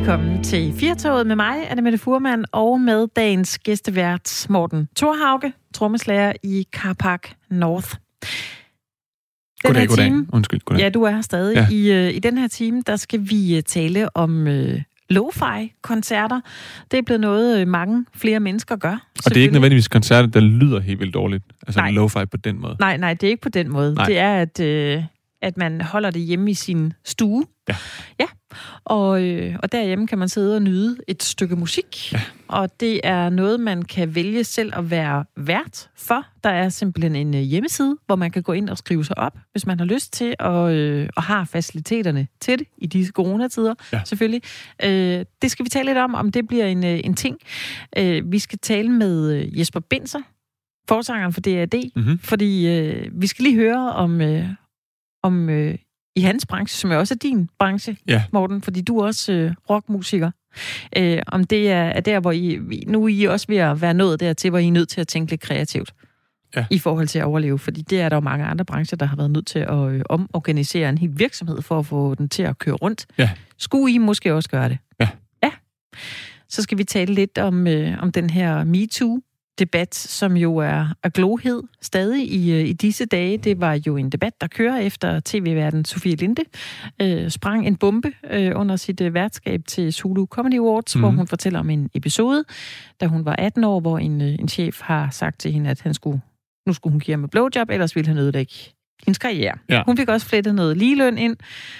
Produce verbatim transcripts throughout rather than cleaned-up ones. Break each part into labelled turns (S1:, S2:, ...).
S1: velkommen til Firtoget med mig, Annemette Fuhrmann, og med dagens gæstevært Morten Thorhauge, trommeslager i Carpark North. Den
S2: goddag,
S1: her
S2: goddag.
S1: Time,
S2: Undskyld, goddag.
S1: Ja, du er her stadig. Ja. I, uh, I den her time, der skal vi uh, tale om uh, lo-fi-koncerter. Det er blevet noget, uh, mange flere mennesker gør.
S2: Og det er ikke nødvendigvis koncerter, der lyder helt vildt dårligt. Altså
S1: nej.
S2: Lo-fi på den måde.
S1: Nej, nej, det er ikke på den måde. Nej. Det er, at, uh, at man holder det hjemme i sin stue.
S2: Ja.
S1: Ja. Og, øh, og derhjemme kan man sidde og nyde et stykke musik, ja. Og det er noget, man kan vælge selv at være vært for. Der er simpelthen en øh, hjemmeside, hvor man kan gå ind og skrive sig op, hvis man har lyst til, og, øh, og har faciliteterne til det i disse coronatider, ja. Selvfølgelig. Øh, det skal vi tale lidt om, om det bliver en, øh, en ting. Øh, vi skal tale med øh, Jesper Binzer, forsangeren for D A D, mm-hmm. fordi øh, vi skal lige høre om... Øh, om øh, i hans branche, som er også er din branche, ja. Morten, fordi du er også øh, rockmusiker. Øh, om det er, er der, hvor I, nu er I også ved at være nået dertil, hvor I er nødt til at tænke lidt kreativt ja. I forhold til at overleve, fordi det er der jo mange andre brancher, der har været nødt til at øh, omorganisere en hel virksomhed for at få den til at køre rundt. Ja. Skulle I måske også gøre det?
S2: Ja.
S1: Ja. Så skal vi tale lidt om, øh, om den her MeToo debat, som jo er, er glohed stadig i, i disse dage. Det var jo en debat, der kører efter tv-værten Sofie Linde øh, sprang en bombe øh, under sit øh, værtskab til Zulu Comedy Awards, mm. hvor hun fortæller om en episode, da hun var atten år, hvor en, øh, en chef har sagt til hende, at han skulle, nu skulle hun give ham et blowjob, ellers ville han ødelægge hendes karriere. Ja. Hun fik også flettet noget ligeløn ind.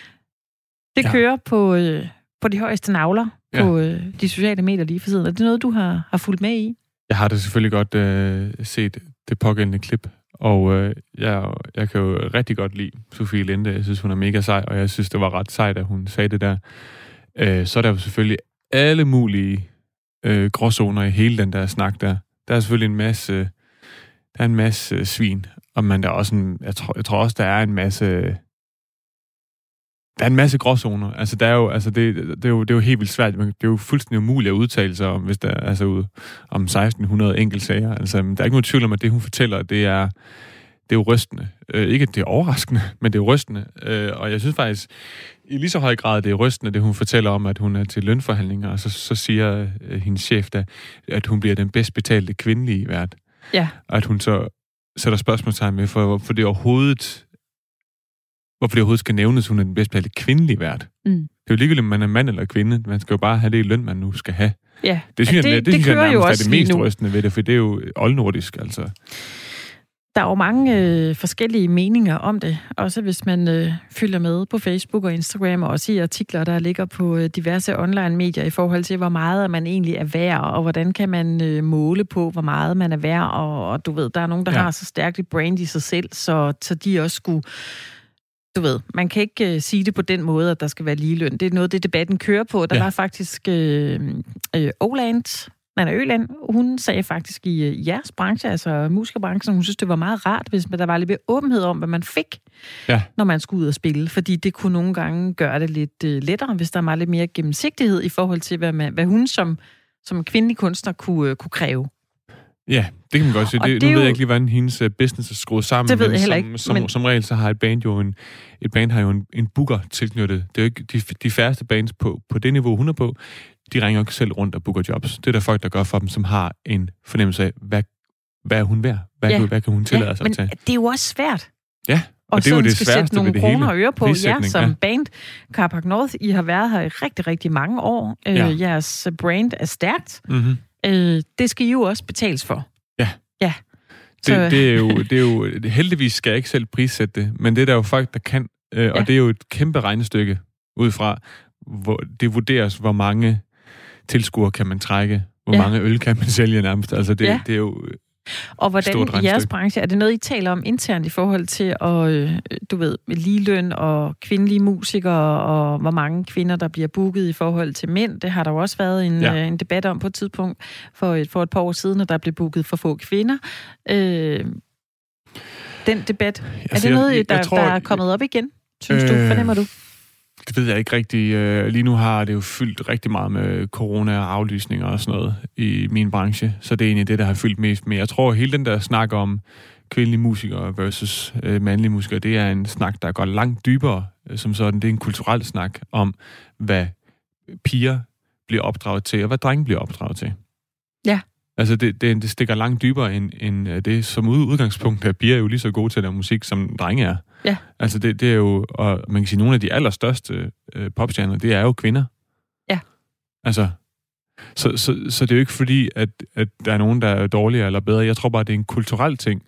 S1: Det ja. kører på, øh, på de højeste navler ja. på øh, de sociale medier lige for tiden. Er det noget, du har, har fulgt med i?
S2: Jeg har da selvfølgelig godt øh, set det pågældende klip, og øh, jeg, jeg kan jo rigtig godt lide Sofie Linde. Jeg synes, hun er mega sej, og jeg synes, det var ret sejt, at hun sagde det der. Øh, så er der jo selvfølgelig alle mulige øh, gråzoner i hele den der snak der. Der er selvfølgelig en masse, der er en masse svin, og man der er også en, jeg tror, jeg tror også, der er en masse... Der er en masse gråzoner. Altså, der er jo, altså det, det, er jo, det er jo helt vildt svært. Det er jo fuldstændig umuligt at udtale sig om, hvis der er altså ud om seksten hundrede enkeltsager. Altså, der er ikke nogen tvivl om, at det, hun fortæller, det er, det er jo rystende. Øh, ikke, at det er overraskende, men det er rystende. Øh, og jeg synes faktisk, i lige så høj grad, det er rystende, det hun fortæller om, at hun er til lønforhandlinger, og så, så siger øh, hendes chef da, at hun bliver den bedst betalte kvindelige vært. Ja. Og at hun så sætter spørgsmålstegn med, for, for det overhovedet... Hvorfor det overhovedet skal nævnes, hun er den bedst betalte kvindelige vært. Mm. Det er jo ligegyldigt, om man er mand eller kvinde. Man skal jo bare have det i løn, man nu skal have. Ja, det synes ja, det, jeg, det, det, det synes jeg nærmest er det mest rystende ved det, for det er jo oldnordisk, altså.
S1: Der er jo mange øh, forskellige meninger om det, også hvis man øh, følger med på Facebook og Instagram, og også i artikler, der ligger på øh, diverse online-medier i forhold til, hvor meget man egentlig er værd, og hvordan kan man øh, måle på, hvor meget man er værd, og, og du ved, der er nogen, der ja. har så stærkt et brand i sig selv, så, så de også skulle... Du ved, man kan ikke uh, sige det på den måde, at der skal være ligeløn. Det er noget, det debatten kører på. Der ja. var faktisk øh, øh, Oland, Nanna Øland, hun sagde faktisk i øh, jeres branche, altså musikerbranchen, hun synes, det var meget rart, hvis der var lidt mere åbenhed om, hvad man fik, ja. når man skulle ud og spille. Fordi det kunne nogle gange gøre det lidt øh, lettere, hvis der var lidt mere gennemsigtighed i forhold til, hvad, man, hvad hun som, som kvindelig kunstner kunne, øh, kunne kræve.
S2: Ja, det kan man godt sige. Det, det nu jo, ved jeg ikke lige, hvordan hendes business er skruet sammen.
S1: Det ved jeg heller
S2: som,
S1: ikke.
S2: Som,
S1: men...
S2: som regel så har et band jo en, et band har jo en, en booker tilknyttet. Det er jo ikke de, de færreste bands på, på det niveau, hun er på. De ringer jo ikke selv rundt og booker jobs. Det er der folk, der gør for dem, som har en fornemmelse af, hvad, hvad er hun værd? Hvad, ja. hvad kan hun tillade ja, sig at tage?
S1: Men det er jo også svært.
S2: Ja, og, og det er jo det sværeste ved det hele.
S1: Og nogle kroner og øre på jer som ja. band. Carpark North, I har været her i rigtig, rigtig mange år. Ja. Øh, jeres brand er stærkt. Mm-hmm. Øh, det skal I jo også betales for.
S2: Ja.
S1: Ja.
S2: Det, det, er jo, det er jo... Heldigvis skal jeg ikke selv prissætte det, men det er der jo folk, der kan. Øh, ja. Og det er jo et kæmpe regnestykke ud fra, hvor det vurderes, hvor mange tilskuere kan man trække, hvor ja. mange øl kan man sælge nærmest. Altså, det, ja. det er jo...
S1: Og hvordan i jeres branche, er det noget, I taler om internt i forhold til at, du ved, ligeløn og kvindelige musikere, og hvor mange kvinder, der bliver booket i forhold til mænd? Det har der jo også været en, ja. en debat om på et tidspunkt for et, for et par år siden, at der blev booket for få kvinder. Øh, den debat, altså, er det noget, jeg, jeg, der, tror, der er kommet op igen, synes øh, du? Fornemmer du?
S2: Det ved jeg ikke rigtigt. Lige nu har det jo fyldt rigtig meget med corona og aflysninger og sådan noget i min branche, så det er egentlig det, der har fyldt mest med. Jeg tror, hele den der snak om kvindelige musikere versus øh, mandlige musikere, det er en snak, der går langt dybere, som sådan. Det er en kulturel snak om, hvad piger bliver opdraget til, og hvad drenge bliver opdraget til.
S1: Ja.
S2: Altså, det, det, det stikker langt dybere end, end det, som udgangspunkt, at piger er jo lige så gode til at lave musik, som drenge er.
S1: Ja.
S2: Altså, det, det er jo, og man kan sige, nogle af de allerstørste øh, popstjerner, det er jo kvinder.
S1: Ja.
S2: Altså, så, så, så det er jo ikke fordi, at, at der er nogen, der er dårligere eller bedre. Jeg tror bare, det er en kulturel ting,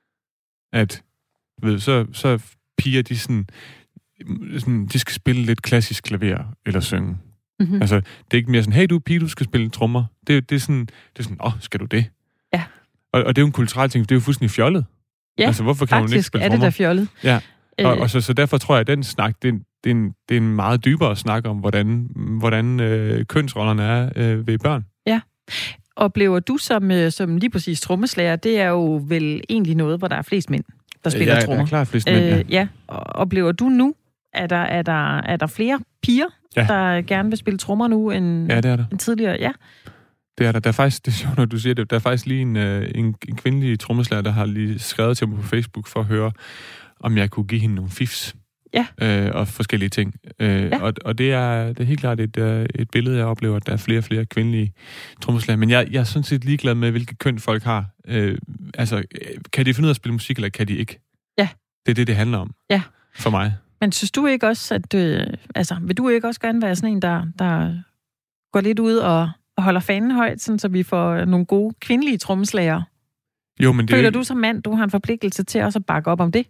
S2: at, ved, så, så piger, de sådan, sådan, de skal spille lidt klassisk klaver, eller synge. Mm-hmm. Altså, det er ikke mere sådan, hey du pige, du skal spille trommer. Det, det er sådan, det er sådan, åh, skal du det?
S1: Ja.
S2: Og, og det er jo en kulturel ting, det er jo fuldstændig fjollet.
S1: Ja,
S2: altså, hvorfor kan hun ikke spille
S1: er det der fjollet.
S2: Ja, og, og så, så derfor tror jeg, at den snak, det, er, det, er en, det er en meget dybere snak om, hvordan, hvordan øh, kønsrollerne er øh, ved børn.
S1: Ja. Oplever du som, øh, som lige præcis trommeslager, det er jo vel egentlig noget, hvor der er flest mænd, der spiller
S2: ja,
S1: trommer.
S2: Ja, der er klart flest mænd, ja.
S1: Øh, ja. Oplever du nu, er der, er der, er der flere piger, ja. der gerne vil spille trommer nu end,
S2: ja, det er der.
S1: end tidligere? Ja,
S2: det er der. Der er faktisk, det er sjovt, når du siger det, der er faktisk lige en, en, en kvindelig trommeslager, der har lige skrevet til mig på Facebook for at høre, om jeg kunne give hende nogle fifs.
S1: Ja.
S2: Øh, og forskellige ting. Øh, ja. og, og det er, det er helt klart et, et billede, jeg oplever, at der er flere og flere kvindelige trommeslager. Men jeg, jeg er sådan set ligeglad med, hvilket køn folk har. Øh, altså, kan de finde ud af at spille musik, eller kan de ikke?
S1: Ja.
S2: Det er det, det handler om.
S1: Ja.
S2: For mig.
S1: Men synes du ikke også, at... Øh, altså, vil du ikke også gerne være sådan en, der, der går lidt ud og, og holder fanen højt, sådan, så vi får nogle gode kvindelige trommeslagere?
S2: Jo, men det
S1: Føler
S2: ikke...
S1: du som mand, du har en forpligtelse til også at bakke op om det?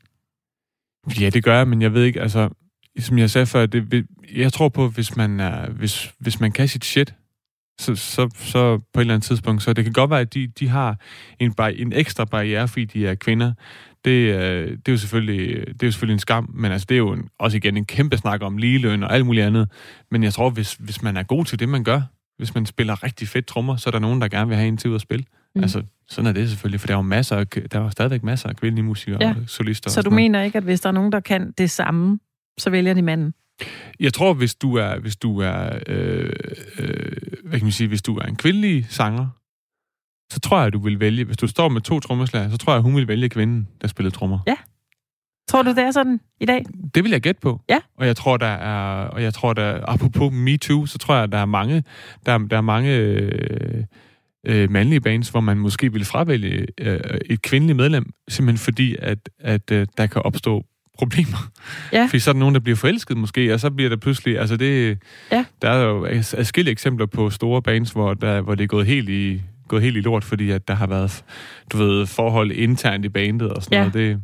S2: Ja, det gør jeg, men jeg ved ikke, altså... Som jeg sagde før, det, jeg tror på, hvis man, er, hvis, hvis man kan sit shit, så, så, så på et eller andet tidspunkt, så det kan godt være, at de, de har en, en ekstra barriere, fordi de er kvinder. Det, det, er jo selvfølgelig, det er jo selvfølgelig en skam, men altså, det er jo en, også igen en kæmpe snak om ligeløn og alt muligt andet. Men jeg tror, hvis, hvis man er god til det, man gør, hvis man spiller rigtig fedt trommer, så er der nogen, der gerne vil have en til ud at spille. Mm. Altså, sådan er det selvfølgelig, for der er jo masser af, der er jo stadigvæk masser af kvindelige musikere ja. og solister.
S1: Så
S2: og
S1: du mener ikke, at hvis der er nogen, der kan det samme, så vælger de manden?
S2: Jeg tror, hvis du er, hvis du er, øh, øh, hvad kan man sige, hvis du er en kvindelig sanger, så tror jeg, du vil vælge, hvis du står med to trommeslager, så tror jeg, hun vil vælge kvinden, der spiller trommer.
S1: Ja. Tror du, det er sådan i dag?
S2: Det vil jeg gætte på.
S1: Ja.
S2: Og jeg tror, der er, og jeg tror, der, apropos MeToo, så tror jeg, der er mange, der, der er mange øh, øh, mandlige bands, hvor man måske vil fravælge øh, et kvindeligt medlem, simpelthen fordi, at, at øh, der kan opstå problemer.
S1: Ja.
S2: Fordi så er der nogen, der bliver forelsket måske, og så bliver der pludselig... Altså det,
S1: ja.
S2: Der er jo adskillige eksempler på store bands, hvor, der, hvor det er gået helt i, gået helt i lort, fordi at der har været, du ved, forhold internt i bandet og sådan ja. noget. Det,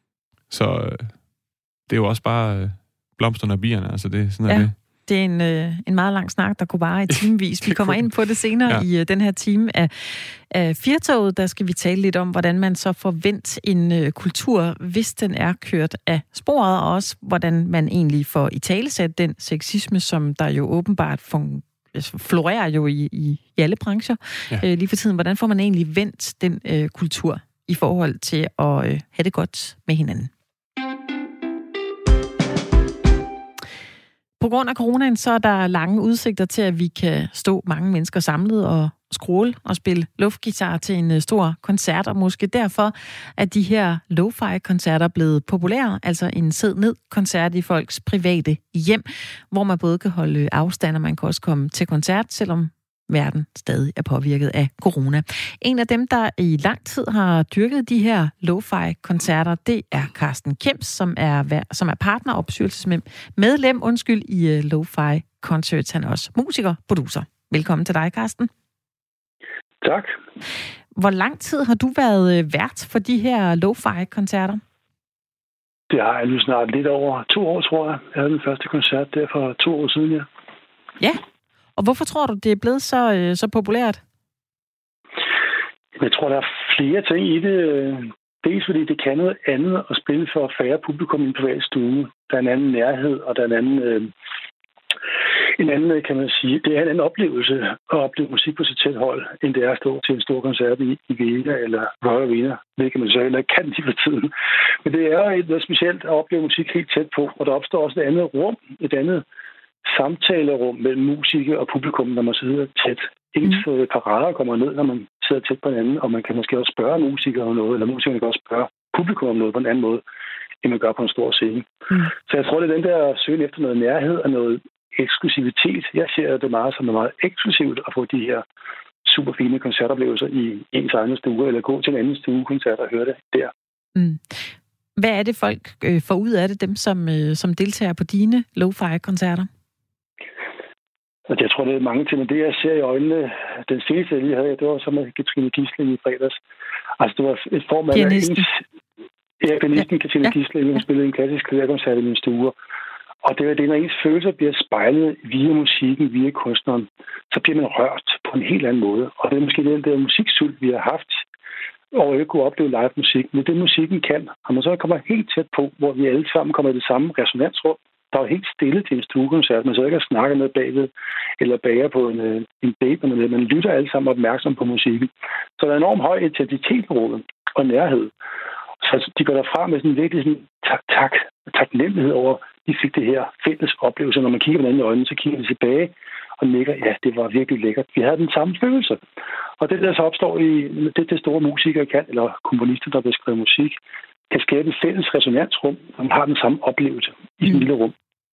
S2: så det er jo også bare blomsterne og bierne, altså det, sådan
S1: ja.
S2: er det.
S1: Det er en, øh, en meget lang snak, der kunne vare i timevis. Vi kommer ind på det senere ja. i uh, den her time af, af Firtoget. Der skal vi tale lidt om, hvordan man så forventer en uh, kultur, hvis den er kørt af sporet, og også hvordan man egentlig får italesat den sexisme, som der jo åbenbart fun- florerer jo i, i, i alle brancher ja. uh, lige for tiden. Hvordan får man egentlig vendt den uh, kultur i forhold til at uh, have det godt med hinanden? På grund af coronaen, så er der lange udsigter til, at vi kan stå mange mennesker samlet og skråle og spille luftgitar til en stor koncert, og måske derfor er de her lo-fi-koncerter blevet populære, altså en sid-ned-koncert i folks private hjem, hvor man både kan holde afstand, og man kan også komme til koncert, selvom verden stadig er påvirket af corona. En af dem, der i lang tid har dyrket de her lo-fi-koncerter, det er Carsten Kemps, som er, som er partner og bestyrelsesmedlem undskyld, i Lo-Fi Concerts. Han er også musiker, producer. Velkommen til dig, Carsten.
S3: Tak.
S1: Hvor lang tid har du været vært for de her lo-fi-koncerter?
S3: Det har jeg nu snart lidt over to år, tror jeg. Jeg havde den første koncert der for to år siden, ja.
S1: Ja. Og hvorfor tror du, det er blevet så, øh, så populært?
S3: Jeg tror, der er flere ting i det. Dels fordi det kan noget andet at spille for færre publikum i en privat stue. Der er en anden nærhed, og der er en anden, øh, en anden, kan man sige, det er en anden oplevelse at opleve musik på sit tæt hold, end det er at stå til en stor koncert i, i Vega eller Royal Arena, hvilket man så heller ikke kan lige for tiden. Men det er jo noget specielt at opleve musik helt tæt på, og der opstår også et andet rum, et andet samtalerum mellem musikere og publikum, når man sidder tæt. Ens mm. parader kommer ned, når man sidder tæt på hinanden, og man kan måske også spørge musikere om noget, eller musikerne kan også spørge publikum om noget på en anden måde, end man gør på en stor scene. Mm. Så jeg tror, det er den der søgen efter noget nærhed og noget eksklusivitet. Jeg ser det meget som noget meget eksklusivt at få de her super fine koncertoplevelser i ens egen stue, eller gå til en anden stuekoncert og høre det der.
S1: Mm. Hvad er det, folk øh, får ud af det, dem som, øh, som deltager på dine lo-fi-koncerter?
S3: Og jeg tror, det er mange ting, men det, jeg ser i øjnene, den seneste, jeg lige havde, det var så med Katrine Gisling i fredags. Altså, det var et form af...
S1: Pianisten.
S3: Ja, pianisten ja. Katrine ja. Gisling, hun spillede en klassisk klaverkoncert i min stue. Og det er det, når ens følelser bliver spejlet via musikken, via kunstneren, så bliver man rørt på en helt anden måde. Og det er måske den der musiksult, vi har haft, og ikke kunne opleve live musik. Men det musikken kan, og man så kommer helt tæt på, hvor vi alle sammen kommer i det samme resonansrum. Der er helt stille til en stuekoncert. Man så ikke at snakke med bagved, eller bager på en, en date, men man lytter alle sammen opmærksom på musikken. Så der er enormt høj intensitet på rummet og nærhed. Så de går derfra med sådan virkelig sådan tak, tak, taknemmelighed over, de fik det her fælles oplevelse. Når man kigger på hinanden i øjnene, så kigger de tilbage og nikker, ja, det var virkelig lækkert. Vi havde den samme følelse. Og det, der så opstår i det, det store musikere kan, eller komponister, der beskriver musik, kan skabe et fælles resonansrum, og man har den samme oplevelse i et lille rum.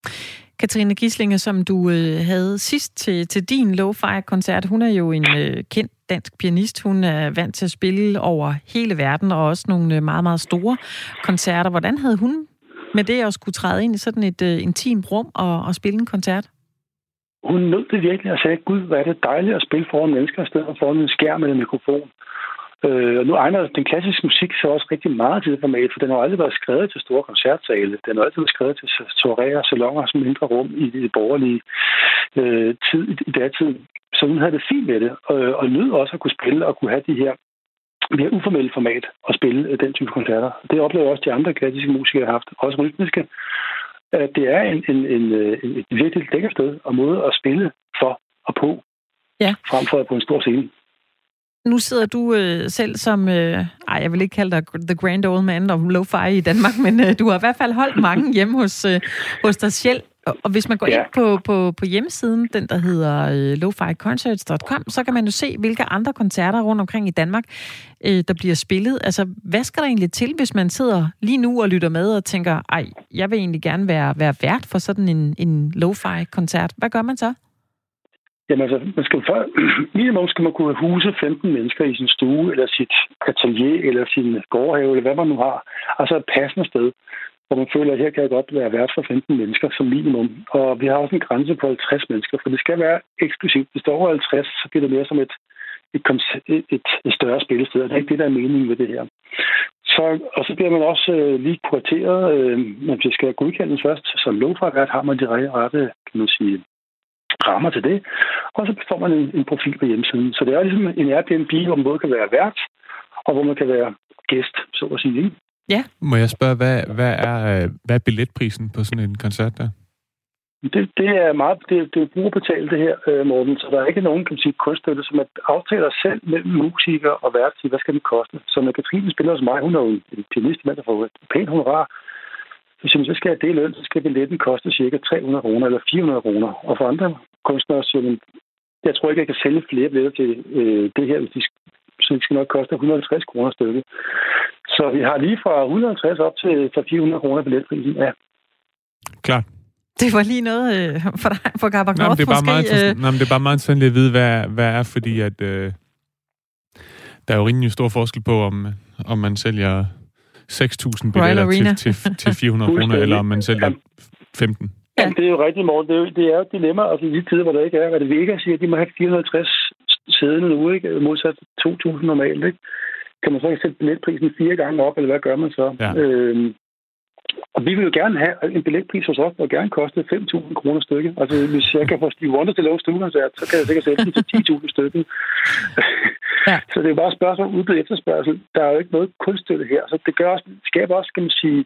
S1: Katrine Gislinge, som du øh, havde sidst til, til din lo-fi-koncert, hun er jo en øh, kendt dansk pianist. Hun er vant til at spille over hele verden, og også nogle øh, meget, meget store koncerter. Hvordan havde hun med det at skulle træde ind i sådan et øh, intimt rum og, og spille en koncert?
S3: Hun nød det virkelig og sagde, gud, hvad er det dejligt at spille foran mennesker, i stedet for foran en skærm eller en mikrofon. Øh, og nu egner den klassiske musik så også rigtig meget til det format, for den har aldrig været skrevet til store koncertsale. Den har altid været skrevet til soiréer og salonger som mindre rum i det borgerlige øh, tid i datiden. Så hun havde det fint med det, og, og nød også at kunne spille og kunne have de her mere uformelle format og spille øh, den type koncerter. Det oplever også de andre klassiske musikere har haft, også rytmiske. At det er en, en, en, en, et virkelig lækkert sted og måde at spille for og på,
S1: ja.
S3: Frem for på en stor scene.
S1: Nu sidder du øh, selv som, øh, ej, jeg vil ikke kalde dig the grand old man of lo-fi i Danmark, men øh, du har i hvert fald holdt mange hjemme hos, øh, hos dig selv. Og, og hvis man går ja. ind på, på, på hjemmesiden, den der hedder øh, lo fi concerts punktum com, så kan man jo se, hvilke andre koncerter rundt omkring i Danmark, øh, der bliver spillet. Altså, hvad skal der egentlig til, hvis man sidder lige nu og lytter med og tænker, ej, jeg vil egentlig gerne være, være vært for sådan en, en lo-fi-koncert. Hvad gør man så?
S3: Jamen altså, man skal for, minimum skal man kunne huse femten mennesker i sin stue, eller sit atelier, eller sin gårdhave, eller hvad man nu har. Altså et passende sted, hvor man føler, at her kan jeg godt være vært for femten mennesker som minimum. Og vi har også en grænse på halvtreds mennesker, for det skal være eksklusivt. Hvis det er over halvtreds, så bliver det mere som et, et, et, et, et større spillested, og det er ikke det, der er meningen ved det her. Så, og så bliver man også øh, lige kurateret. Øh, man skal godkendes først. Som lo-fi-vært har man de rette, kan man sige, rammer til det, og så får man en, en profil på hjemmesiden. Så det er ligesom en Airbnb, hvor man både kan være vært, og hvor man kan være gæst, så at sige. Ikke?
S1: Ja.
S2: Må jeg spørge, hvad, hvad, er, hvad er billetprisen på sådan en koncert der?
S3: Det, det er meget, det, det er brugerbetalt det her, Morten, så der er ikke nogen, kan man sige, kunststøtte, som at aftaler selv mellem musikere og vært til, hvad skal det koste. Så når Katrine spiller hos mig, hun er jo en pianist, der får et pænt honorar. Hvis jeg så skal have det løn, så skal billetten koste cirka tre hundrede kroner eller fire hundrede kroner. Og for andre kunstnere siger man, jeg tror ikke, jeg kan sælge flere billetter til øh, det her, hvis de, så det skal nok koste et hundrede og halvtreds kroner stykke. Så vi har lige fra et hundrede og halvtreds op til fire hundrede kroner billetprisen. Ja.
S2: Klart.
S1: Det var lige noget øh, for dig, for Gabak North,
S2: det er bare
S1: måske.
S2: Meget, øh... nej, det er bare meget sådan at vide, hvad, hvad er, fordi at øh, der er jo rimelig stor forskel på, om, om man sælger seks tusind billetter til, til, til fire hundrede kroner, eller om man sælger femten.
S3: Ja, det er jo rigtigt, Morten. Det er jo, det er jo et dilemma, og i de tider, hvor der ikke er, hvad det virker, siger, at de må have fire hundrede og halvtreds siddende nu, ikke? Modsat to tusind normalt, ikke? Kan man så ikke sætte billetprisen fire gange op, eller hvad gør man så?
S2: Ja.
S3: Øhm, og vi vil jo gerne have en billetpris hos os, der gerne koste fem tusind kroner stykket. Altså, hvis jeg kan få Steve Wonder til at lave stuekoncert, så kan jeg sikkert sætte den til ti tusind stykket. Ja. Så det er jo bare et spørgsmål om udbud efterspørgsel. Der er jo ikke noget kunststøtte her, så det gør også, skaber også, kan man sige,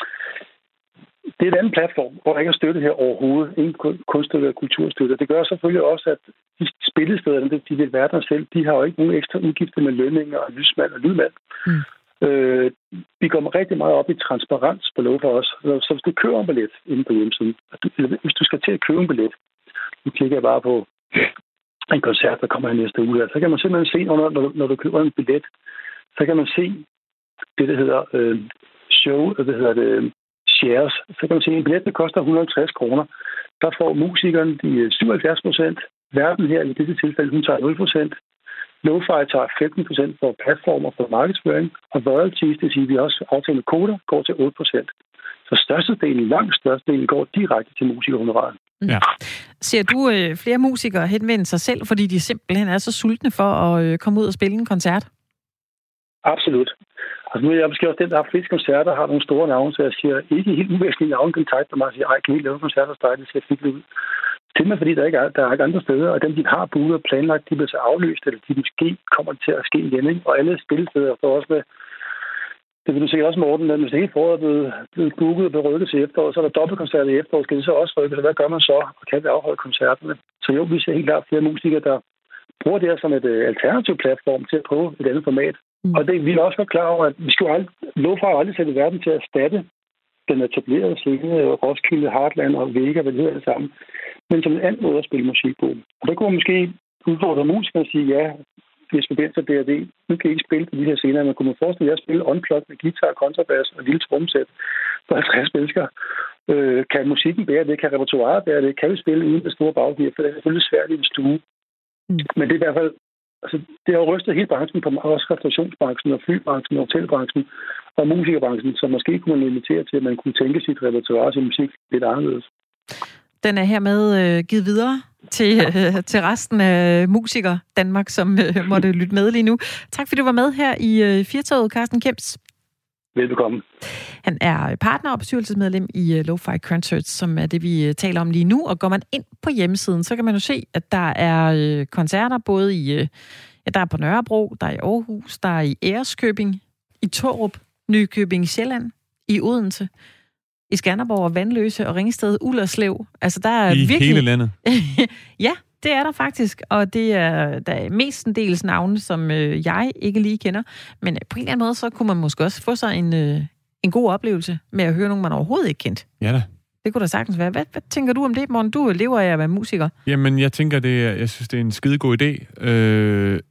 S3: det er en anden platform, hvor der ikke er støtte her overhovedet. Ingen kunststøtte og kulturstøtte. Det gør selvfølgelig også, at de spillesteder, de vil være der selv, de har jo ikke nogen ekstra udgifter med lønninger og lysmand og lydmand. Mm. Øh, vi går rigtig meget op i transparens på lov for os. Så hvis du køber en billet inde på hjemmesiden, eller hvis du skal til at købe en billet, nu klikker jeg bare på en koncert, der kommer her næste uge, så kan man simpelthen se, når, når, når du køber en billet, så kan man se det, der hedder øh, show, det hedder det, shares. Så kan man sige, at en billet, der koster et hundrede og halvtreds kroner, der får musikeren de syvoghalvfjerds procent. Verden her i dette tilfælde, hun tager nul procent. Lo-Fi tager femten procent for platformer for markedsføring, og royalties, det vil sige, at vi også aftalt koder, går til otte procent. Så størstedelen, langt størstedelen, går direkte til musikerhonoraren.
S1: Ja. Ser du øh, flere musikere henvende sig selv, fordi de simpelthen er så sultne for at øh, komme ud og spille en koncert?
S3: Absolut. Altså nu er jeg måske også den, der har flest koncerter, har nogle store navne, så jeg siger ikke helt uvæsentlige navne kontakt, og man siger, ej, kan vi lave koncerter hos dig, det ser fint ud. Til mig, fordi der ikke er, der er ikke andre steder, og dem, de har booket og planlagt, de bliver så afløst, eller de måske kommer til at ske igen, ikke? Og alle spillesteder får også med, det vil du sikkert også, Morten, at hvis det hele foråret er blevet, blevet booket og blevet rykket til efteråret, så er der dobbeltkoncerter i efteråret, skal det så også rykke, så hvad gør man så, og kan vi afholde koncerterne? Så jo, vi ser helt klart flere musikere, der bruger det her som et uh, alternativ platform til at prøve et andet format. Mm. Og det, vi er også godt klar over, at vi skulle aldrig, Lo-Fi aldrig sætte i verden til at erstatte den etablerede scene, Roskilde, Heartland og Vega, hvad det hedder det sammen, men som en anden måde at spille musik på. Og der kunne man måske udfordre musikere og sige, ja, hvis vi beder til D R D, nu kan I ikke spille på de her scener, men kunne man forestille jer at spille unplugged med guitar, kontrabas og lille trommesæt for halvtreds mennesker? Øh, kan musikken bære det? Kan repertoiret bære det? Kan vi spille uden det store baggear? For det er selvfølgelig svært i en stue. Mm. Men det er i hvert fald, altså, det har rystet hele branchen, på også restaurationsbranchen og flybranchen og hotelbranchen og musikerbranchen, så måske kunne man invitere til, at man kunne tænke sit repertoire til musik lidt anderledes. Den
S1: er hermed øh, givet videre til, øh, til resten af musikere Danmark, som øh, måtte lytte med lige nu. Tak fordi du var med her i øh, Firtoget, Carsten Kemps.
S3: Velbekomme.
S1: Han er partner og bestyrelsesmedlem i uh, Lo-Fi Concerts, som er det, vi uh, taler om lige nu. Og går man ind på hjemmesiden, så kan man jo se, at der er uh, koncerter både i, uh, ja, der er på Nørrebro, der er i Aarhus, der er i Æreskøbing, i Torup, Nykøbing Sjælland, i Odense, i Skanderborg, Vandløse og Ringsted, Ullerslev. Altså, der er
S2: I
S1: virkelig...
S2: hele landet?
S1: Ja, det er der faktisk, og det er, der er mestendels navne, som øh, jeg ikke lige kender. Men på en eller anden måde, så kunne man måske også få sig en, øh, en god oplevelse med at høre nogen, man overhovedet ikke kendt.
S2: Ja da.
S1: Det kunne da sagtens være. Hvad, hvad tænker du om det, Morten? Du lever af at være musiker.
S2: Jamen, jeg tænker, det er, jeg synes, det er en skidegod idé. Øh,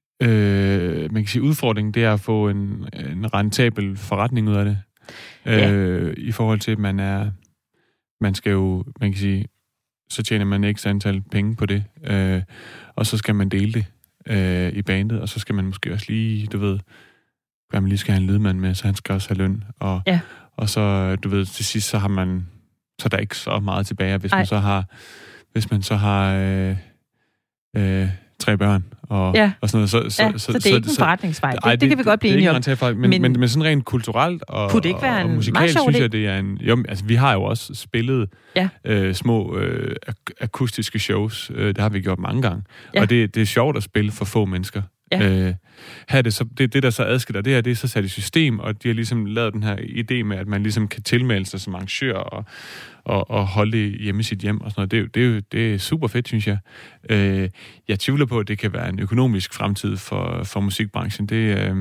S2: øh, man kan sige, udfordringen, det er at få en, en rentabel forretning ud af det. Ja. Øh, I forhold til, at man er... Man skal jo, man kan sige... så tjener man ikke antal penge på det, øh, og så skal man dele det øh, i bandet, og så skal man måske også lige, du ved, hvad man lige skal have en lydmand med, så han skal også have løn, og, ja. og så, du ved, til sidst, så har man, så er der ikke så meget tilbage, hvis Ej. man så har, hvis man så har øh, øh, tre børn, og, ja. og sådan noget. Så, så,
S1: ja, så, så det er så, ikke en forretningsvej. Det, ej, det, det kan vi godt blive enige om.
S2: Men, men, men, men sådan rent kulturelt og,
S1: kunne det ikke være
S2: og, og
S1: en
S2: musikalt, synes jeg, det er en... Jo, altså, vi har jo også spillet ja. øh, små øh, ak- akustiske shows. Øh, det har vi gjort mange gange. Ja. Og det, det er sjovt at spille for få mennesker. Ja. Øh, her det, så, det, det, der så adskiller det her, det er så sat i system, og de har ligesom lavet den her idé med, at man ligesom kan tilmelde sig som arrangør og, og, og holde det hjemme i sit hjem og sådan noget. Det er jo, det er, jo, det er super fedt, synes jeg. Øh, jeg tvivler på, at det kan være en økonomisk fremtid for, for musikbranchen. Det øh,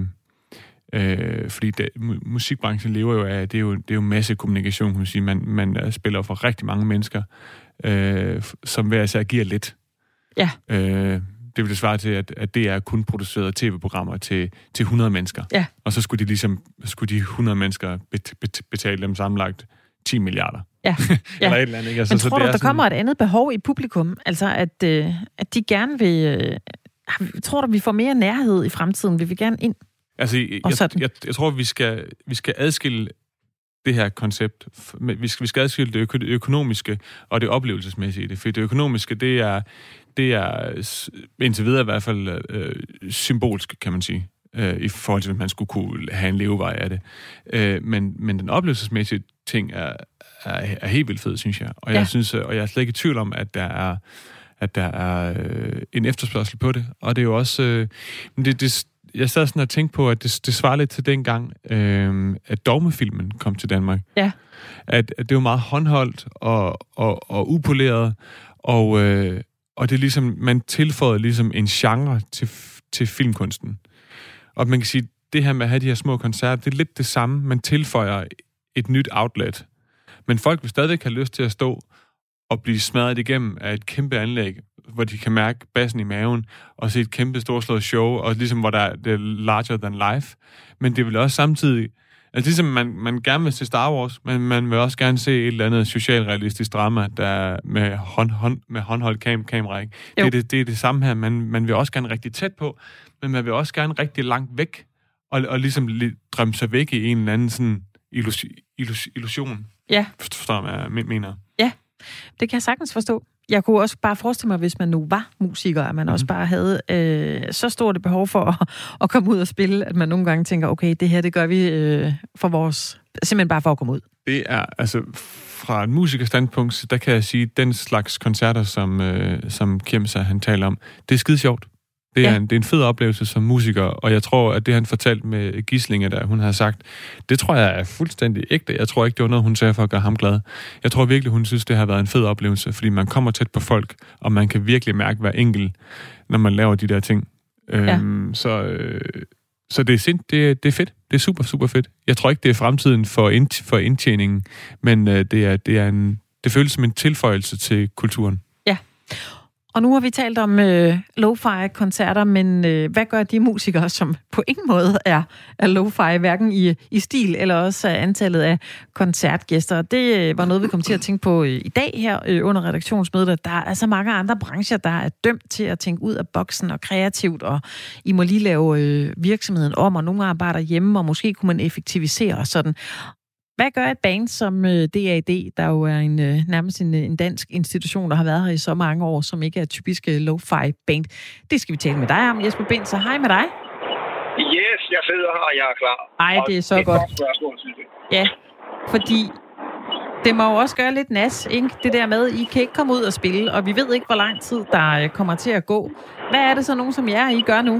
S2: øh, fordi det, musikbranchen lever jo af, det er jo, det er jo masse kommunikation, kan man sige. Man, man spiller for rigtig mange mennesker, øh, som hver især giver lidt. Ja. Øh, Det ville svare til, at, at D R kun producerede tv-programmer til, til hundrede mennesker. Ja. Og så skulle de ligesom skulle de hundrede mennesker bet, bet, betale dem sammenlagt ti milliarder. Ja. Ja. Eller et eller andet, ikke? Altså,
S1: men tror
S2: så
S1: du,
S2: der
S1: sådan... kommer et andet behov i publikum? Altså, at, øh, at de gerne vil... Øh, tror du, vi får mere nærhed i fremtiden? Vil vi gerne ind?
S2: Altså, jeg, jeg, jeg, jeg tror, vi skal, vi skal adskille det her koncept. Vi skal, vi skal adskille det øko- økonomiske og det oplevelsesmæssige. For det økonomiske, det er... Det er indtil videre i hvert fald øh, symbolsk, kan man sige, øh, i forhold til, at man skulle kunne have en levevej af det. Øh, men, men den oplevelsesmæssige ting er, er, er helt vildt fed, synes jeg. Og jeg ja. synes, og jeg er slet ikke i tvivl om, at der er, at der er øh, en efterspørgsel på det. Og det er jo også... Øh, det, det, jeg sad sådan og tænkte på, at det, det svarer lidt til dengang, øh, at dogmefilmen kom til Danmark. Ja. At, at det var meget håndholdt og, og, og upoleret, og... Øh, Og det er ligesom, man tilføjer ligesom en genre til, til filmkunsten. Og man kan sige, det her med at have de her små koncerter, det er lidt det samme. Man tilføjer et nyt outlet. Men folk vil stadig have lyst til at stå og blive smadret igennem af et kæmpe anlæg, hvor de kan mærke bassen i maven, og se et kæmpe storslået show, og ligesom hvor der er, det er larger than life. Men det vil også samtidig Altså ligesom man, man gerne vil se Star Wars, men man vil også gerne se et eller andet socialrealistisk drama, der med, hånd, hånd, med håndholdt cam, kamera, ikke? Det er det, det er det samme her. Man, man vil også gerne rigtig tæt på, men man vil også gerne rigtig langt væk, og, og ligesom drømme sig væk i en eller anden sådan illus, illus, illusion.
S1: Ja.
S2: Forstår du, hvad jeg mener?
S1: Ja, det kan jeg sagtens forstå. Jeg kunne også bare forestille mig, hvis man nu var musiker, at man mm-hmm. også bare havde øh, så stort et behov for at, at komme ud og spille, at man nogle gange tænker, okay, det her, det gør vi øh, for vores... Simpelthen bare for at komme ud.
S2: Det er, altså, fra et musikerstandpunkt, der kan jeg sige, den slags koncerter, som, øh, som Kiemsa, han taler om, det er skide sjovt. Det er, ja. en, det er en fed oplevelse som musiker, og jeg tror, at det, han fortalte med Gislinge, der hun har sagt, det tror jeg er fuldstændig ægte. Jeg tror ikke, det var noget, hun sagde for at gøre ham glad. Jeg tror virkelig, hun synes, det har været en fed oplevelse, fordi man kommer tæt på folk, og man kan virkelig mærke hver enkelt, når man laver de der ting. Ja. Øhm, så, øh, så det er sind, det, det er fedt. Det er super, super fedt. Jeg tror ikke, det er fremtiden for, ind, for indtjeningen, men øh, det, er, det, er en, det føles som en tilføjelse til kulturen.
S1: Ja. Og nu har vi talt om øh, lo-fi-koncerter, men øh, hvad gør de musikere, som på ingen måde er, er lo-fi, hverken i, i stil eller også antallet af koncertgæster? Det øh, var noget, vi kom til at tænke på øh, i dag her øh, under redaktionsmødet. Der er så mange andre brancher, der er dømt til at tænke ud af boksen og kreativt, og I må lige lave øh, virksomheden om, og nogle arbejder hjemme, og måske kunne man effektivisere og sådan. Hvad gør et band som D A D, der jo er en, nærmest en, en dansk institution, der har været her i så mange år, som ikke er typiske lo-fi band? Det skal vi tale med dig om, Jesper Bindt. Så hej med dig.
S4: Yes, jeg sidder her, og jeg er klar.
S1: Ej, det er så godt.
S4: Spørgsmål, synes jeg.
S1: Ja, fordi det må jo også gøre lidt nas, ikke? Det der med, I kan ikke komme ud og spille, og vi ved ikke, hvor lang tid der kommer til at gå. Hvad er det så nogen som jer, I gør nu?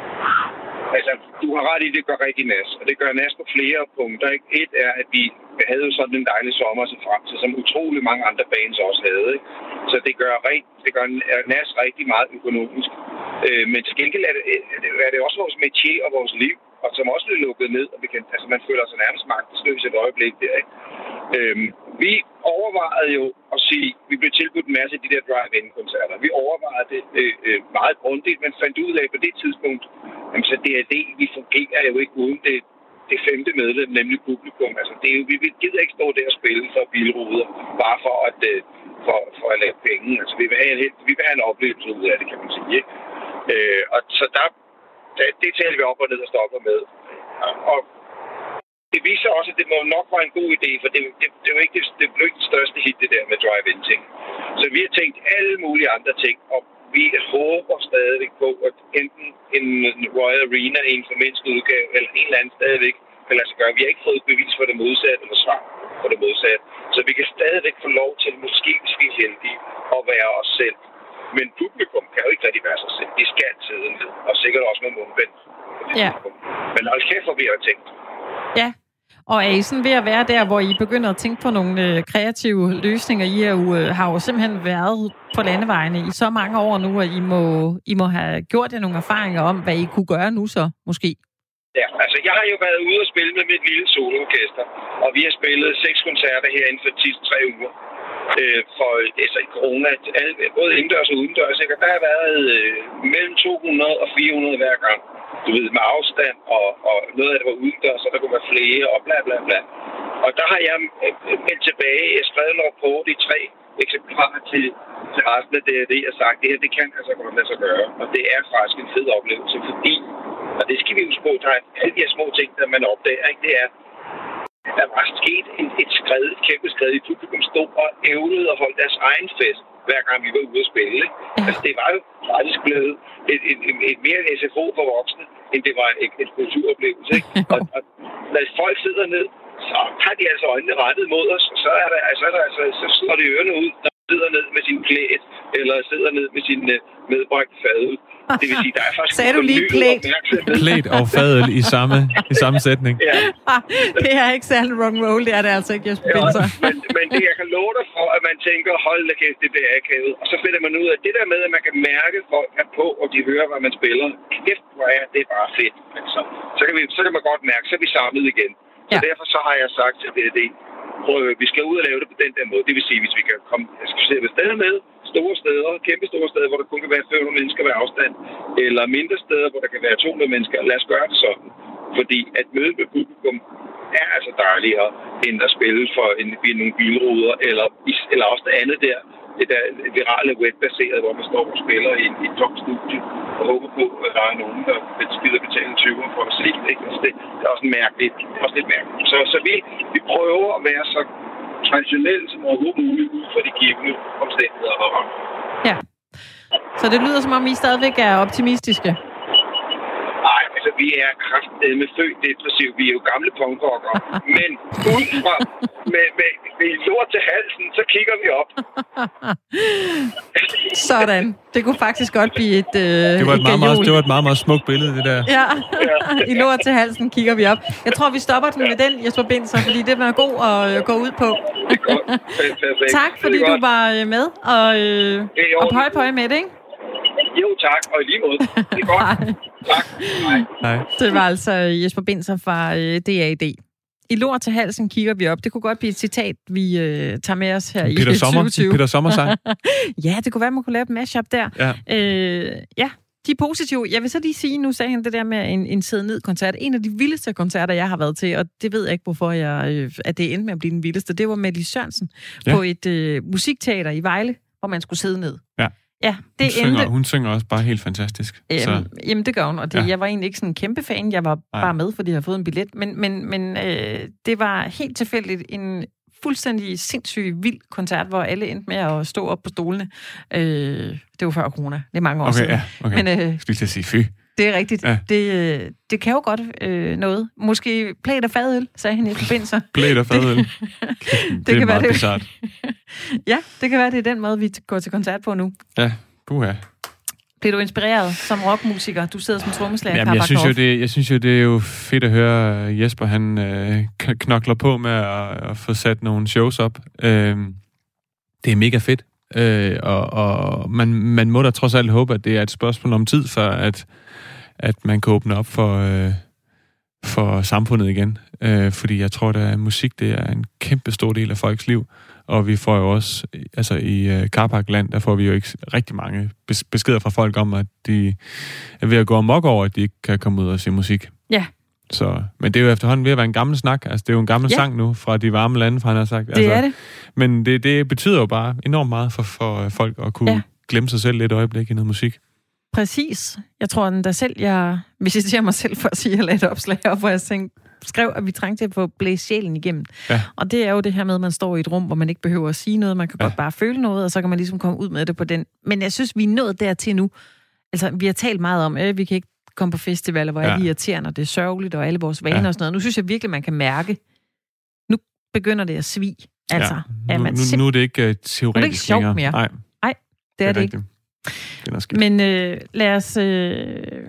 S4: Altså, du har ret i, det gør rigtig nas, og det gør nas på flere punkter. Ikke? Et er, at vi havde jo sådan en dejlig sommer til frem til, som utrolig mange andre bands også havde. Ikke? Så det gør, rigt, det gør nas rigtig meget økonomisk. Øh, men til gengæld er det, er det også vores métier og vores liv, og som også bliver lukket ned, og vi kan, altså man føler sig nærmest magtesløs et øjeblik der. Ikke? Øh, vi overvejede jo at sige, vi blev tilbudt en masse af de der drive-in-koncerter. Vi overvejede det øh, meget grundigt, men fandt ud af på det tidspunkt, jamen, så D A D, vi fungerer jo ikke uden det, det femte medlem, nemlig publikum. Altså, det er jo, vi gider ikke stå der og spille for bilruder, bare for at, for, for at lave penge. Altså, vi vil have en, vi vil have en oplevelse ud af det, kan man sige. Ikke? Øh, og så der, der, det taler vi op og ned og stopper med. Og det viser også, at det må nok være en god idé, for det, det, det, er jo ikke det, det blev ikke det største hit, det der med drive-in-ting. Så vi har tænkt alle mulige andre ting, og vi håber stadigvæk på, at enten en Royal Arena, en formindsket udgave, eller en eller anden stadigvæk kan lade sig gøre. Vi har ikke fået bevis for det modsatte, eller svar for det modsatte. Så vi kan stadigvæk få lov til, måske hvis vi er heldige, at være os selv. Men publikum kan jo ikke rigtig være sig selv. De skal sidde ned, og sikkert også med mundbind.
S1: Ja.
S4: Men hold kæft, hvor vi har tænkt.
S1: Ja. Og er I sådan ved at være der, hvor I begynder at tænke på nogle øh, kreative løsninger? I er jo, øh, har jo simpelthen været på landevejene i så mange år nu, at I må, I må have gjort jer nogle erfaringer om, hvad I kunne gøre nu så, måske?
S4: Ja, altså jeg har jo været ude og spille med mit lille soloorkester, og vi har spillet seks koncerter her inden for de sidste tre uger. Øh, for altså, i corona, alle, både indendørs og udendørs, ikke? Og der har været øh, mellem to hundrede og fire hundrede hver gang. Du ved, med afstand, og, og noget af det var udendørs, så der kunne være flere, og bla bla bla. Og der har jeg meldt tilbage, jeg skrev en rapport i tre eksemplarer til, til resten af det, det, jeg har sagt, det her, det kan altså godt lade sig gøre. Og det er faktisk en fed oplevelse, fordi, og det skal vi huske på, der er alle de her små ting, der man opdager, ikke? Det er, der var sket et, et skred, et kæmpe skred i publikum, stod og ævlede og holdt deres egen fest, hver gang vi var ude at spille. Ikke? Altså, det var jo faktisk blevet et, et, et, et mere S F O for voksne, end det var et, et kulturoplevelse. Ikke? Og, og når folk sidder ned, så har de altså øjnene rettet mod os, og så er der, altså, er der, altså, så slår de ørerne ud, når de sidder ned med sin klædt, eller sidder ned med sin uh, medbragte fadøl. Det vil sige, der er faktisk...
S1: Sagde du lige klædt?
S2: Klædt og fadøl i samme, i samme sætning.
S4: Ja.
S1: Det er ikke særlig rock roll, det er det altså ikke, Jesper Bindt.
S4: Ja, men, men det, jeg kan love dig for, at man tænker, hold da kæft, det bliver akavet. Og så finder man ud af, at det der med, at man kan mærke, at folk er på, og de hører, hvad man spiller. Kæft, hvor er det bare fedt. Altså, så, kan vi, så kan man godt mærke, så er vi samlet igen. Så ja. Derfor så har jeg sagt til D A D, prøv, vi skal ud og lave det på den der måde. Det vil sige, hvis vi kan komme, jeg skal se, hvis steder med, store steder, kæmpe store steder, hvor der kun kan være fem hundrede mennesker ved afstand, eller mindre steder, hvor der kan være to hundrede mennesker, lad os gøre det sådan. Fordi at møde med publikum er altså dejligere, end at spille for en, nogle bilruder, eller, eller også det andet der, det der virale webbaserede, hvor man står og spiller i, i et tomt studie og håber på, at der er nogen, der gider betale tyver for at se det. Ikke? Altså det, det er også mærkeligt. Det er også lidt mærkeligt. Så, så vi, vi prøver at være så traditionelle som overhovedet muligt ud for de givne omstændigheder og rammer.
S1: Ja. Så det lyder, som om I stadigvæk er optimistiske.
S4: Nej, altså vi er kraftedeme født depressiv. Vi er jo gamle punkrockere. Men ud fra med, med, med lort til halsen, så kigger vi op.
S1: Sådan. Det kunne faktisk godt blive et øh,
S2: det, var et meget, meget, det var et meget, meget smukt billede, det der.
S1: Ja, i lort til halsen kigger vi op. Jeg tror, vi stopper den med den, Jesper Binzer, fordi det var god at øh, gå ud på. Tak, fordi du var øh, med, og, øh, og pøj pøj med det, ikke?
S4: Jo, tak, og i lige måde. Det er godt. Tak. Hej.
S2: Hej.
S1: Det var altså Jesper Binzer fra øh, D A D. I lort til halsen kigger vi op. Det kunne godt blive et citat, vi øh, tager med os her
S2: Peter
S1: i
S2: Sommer,
S1: tyve tyve.
S2: Peter Sommer sang.
S1: Ja, det kunne være, man kunne lave et mashup der.
S2: Ja.
S1: Øh, ja, de er positive. Jeg vil så lige sige, nu sagde han det der med en, en sidde-ned-koncert. En af de vildeste koncerter, jeg har været til, og det ved jeg ikke, hvorfor jeg, øh, at det endte med at blive den vildeste, det var med Lis Sørensen ja. på et øh, musikteater i Vejle, hvor man skulle sidde ned.
S2: Ja.
S1: Ja, det
S2: hun, synger,
S1: endte...
S2: hun synger også bare helt fantastisk.
S1: Jamen,
S2: så.
S1: jamen det gør hun, og det, ja. jeg var egentlig ikke sådan en kæmpe fan. Jeg var
S2: Nej.
S1: bare med, fordi jeg havde fået en billet. Men, men, men øh, det var helt tilfældigt en fuldstændig sindssyg, vild koncert, hvor alle endte med at stå op på stolene. Øh, det var før corona. Det er mange år
S2: okay,
S1: siden.
S2: Ja, okay.
S1: Men, øh,
S2: skal jeg sige fy?
S1: Det er rigtigt.
S2: Ja.
S1: Det, det kan jo godt øh, noget. Måske plæt og fadøl, sagde han i forbindelse.
S2: Plæt og fadøl. det, det, det er meget bizarrt.
S1: Ja, det kan være, det er den måde, vi går til koncert på nu.
S2: Ja, puha.
S1: Blev du inspireret som rockmusiker? Du sidder som trommeslager.
S2: Jamen, jeg synes jo, det, jeg synes jo, det er jo fedt at høre Jesper, han øh, knokler på med at, at få sat nogle shows op. Øh, det er mega fedt. Øh, og og man, man må da trods alt håbe, at det er et spørgsmål om tid, for at, at man kan åbne op for, øh, for samfundet igen. Øh, fordi jeg tror, at musik, det er en kæmpe stor del af folks liv. Og vi får jo også, altså i uh, Carparkland, der får vi jo ikke rigtig mange bes- beskeder fra folk om, at de er ved at gå amok over, at de ikke kan komme ud og se musik.
S1: Ja.
S2: Så, men det er jo efterhånden ved at være en gammel snak. Altså, det er jo en gammel ja. sang nu fra de varme lande, fra han har sagt.
S1: Det
S2: altså,
S1: er det.
S2: Men det, det betyder jo bare enormt meget for, for folk at kunne ja. glemme sig selv lidt øjeblik i noget musik.
S1: Præcis. Jeg tror, den der selv, jeg visiterer mig selv for at sige, at jeg lagde et opslag op, hvor jeg tænkte, skrev, at vi trængte til at få blæst sjælen igennem. Ja. Og det er jo det her med, at man står i et rum, hvor man ikke behøver at sige noget, man kan ja. godt bare føle noget, og så kan man ligesom komme ud med det på den. Men jeg synes, vi er nået dertil nu. Altså, vi har talt meget om, at vi kan ikke komme på festivaler, hvor ja. er irriterende, og det er sørgeligt, og alle vores vaner ja. og sådan noget. Nu synes jeg virkelig, man kan mærke, nu begynder det at svige. Altså,
S2: ja. nu,
S1: man
S2: nu, nu, nu er det ikke uh, teoretisk
S1: nu er det ikke sjovt mere. Nej, Nej det er det, det er ikke. Men øh, lad os... Øh,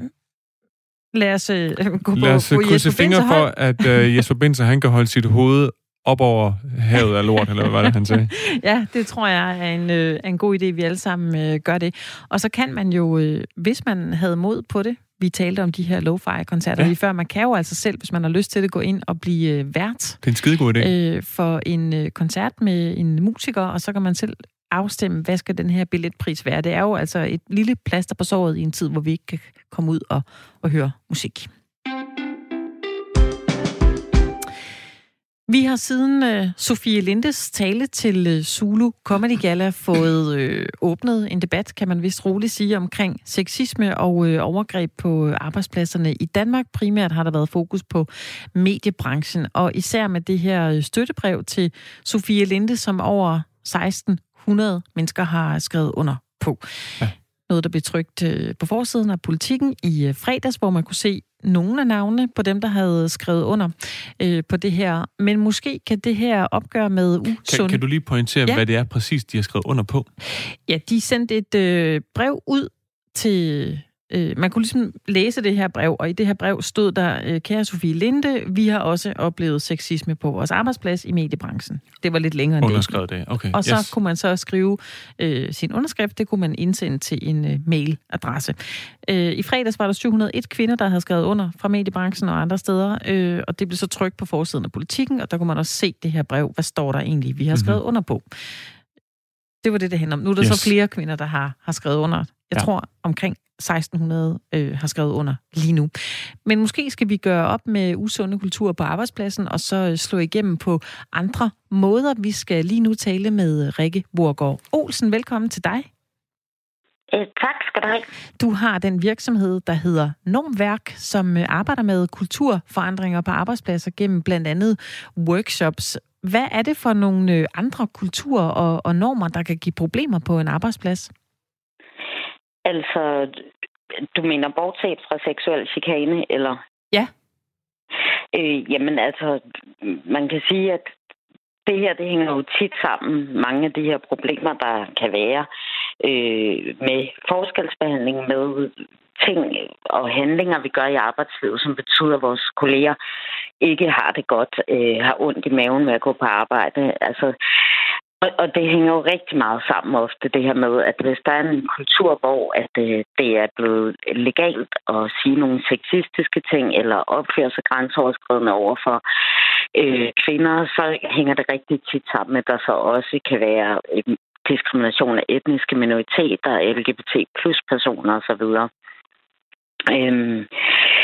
S1: Lad os øh, gå
S2: Lad os
S1: på, på
S2: krydse fingre for, at øh, Jesper Binzer, han kan holde sit hoved op over havet af lort, eller hvad var det, han sagde?
S1: Ja, det tror jeg er en, øh, en god idé, vi alle sammen øh, gør det. Og så kan man jo, øh, hvis man havde mod på det, vi talte om de her lo-fi-koncerter ja. lige før, man kan jo altså selv, hvis man har lyst til det, gå ind og blive øh, vært.
S2: Det er en skidegod idé.
S1: Øh, for en øh, koncert med en musiker, og så kan man selv afstemme, hvad skal den her billetpris være. Det er jo altså et lille plaster på såret i en tid, hvor vi ikke kan komme ud og, og høre musik. Vi har siden øh, Sofie Lindes tale til øh, Zulu Comedy Gala fået øh, åbnet en debat, kan man vist roligt sige, omkring sexisme og øh, overgreb på arbejdspladserne i Danmark. Primært har der været fokus på mediebranchen, og især med det her støttebrev til Sofie Linde, som over seksten hundrede mennesker har skrevet under på. Ja. Noget, der blev trykt på forsiden af Politikken i fredags, hvor man kunne se nogle af navnene på dem, der havde skrevet under øh, på det her. Men måske kan det her opgøre med usund...
S2: Kan, kan du lige pointere, ja. hvad det er præcis, de har skrevet under på?
S1: Ja, de sendte et øh, brev ud til... Øh, man kunne ligesom læse det her brev, og i det her brev stod der, øh, kære Sofie Linde, vi har også oplevet sexisme på vores arbejdsplads i mediebranchen. Det var lidt længere end
S2: Underskrevet det. Okay.
S1: Og så
S2: yes.
S1: kunne man så skrive øh, sin underskrift, det kunne man indsende til en øh, mailadresse. Øh, I fredags var der syv hundrede og en kvinder, der havde skrevet under fra mediebranchen og andre steder, øh, og det blev så trykt på forsiden af Politikken, og der kunne man også se det her brev. Hvad står der egentlig, vi har skrevet mm-hmm. under på? Det var det, det handler om. Nu er der yes. så flere kvinder, der har, har skrevet under. Jeg ja. tror, omkring seksten hundrede øh, har skrevet under lige nu. Men måske skal vi gøre op med usunde kulturer på arbejdspladsen, og så slå igennem på andre måder. Vi skal lige nu tale med Rikke Boergaard Olsen. Velkommen til dig.
S5: Øh, tak skal du have.
S1: Du har den virksomhed, der hedder Normværk, som arbejder med kulturforandringer på arbejdspladser gennem blandt andet workshops. Hvad er det for nogle andre kulturer og, og normer, der kan give problemer på en arbejdsplads?
S5: Altså, du mener bortset fra seksuel chikane, eller?
S1: Ja.
S5: Øh, jamen altså, man kan sige, at det her, det hænger jo tit sammen. Mange af de her problemer, der kan være øh, med forskelsbehandling, med ting og handlinger, vi gør i arbejdslivet, som betyder, at vores kolleger ikke har det godt, øh, har ondt i maven med at gå på arbejde. Altså, og, og det hænger jo rigtig meget sammen ofte, det her med, at hvis der er en kultur, hvor at, øh, det er blevet legalt at sige nogle sexistiske ting, eller opføre sig grænseoverskridende over for øh, kvinder, så hænger det rigtig tit sammen med, at der så også kan være øh, diskrimination af etniske minoriteter, L G B T plus personer osv. Øhm,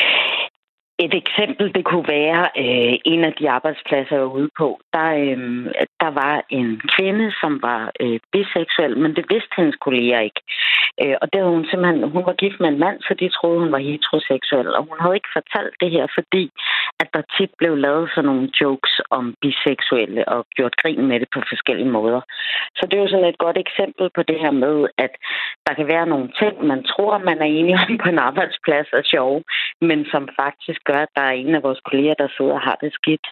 S5: et eksempel, det kunne være øh, en af de arbejdspladser, jeg var ude på. Der, øh, der var en kvinde, som var øh, biseksuel, men det vidste hendes kolleger ikke. Øh, og det havde hun simpelthen, hun var gift med en mand, så de troede, hun var heteroseksuel. Og hun havde ikke fortalt det her, fordi at der tit blev lavet sådan nogle jokes om biseksuelle og gjort grin med det på forskellige måder. Så det er jo sådan et godt eksempel på det her med, at der kan være nogle ting, man tror, man er enige om på en arbejdsplads er sjove, men som faktisk gør, at der er en af vores kolleger, der sidder og har det skidt.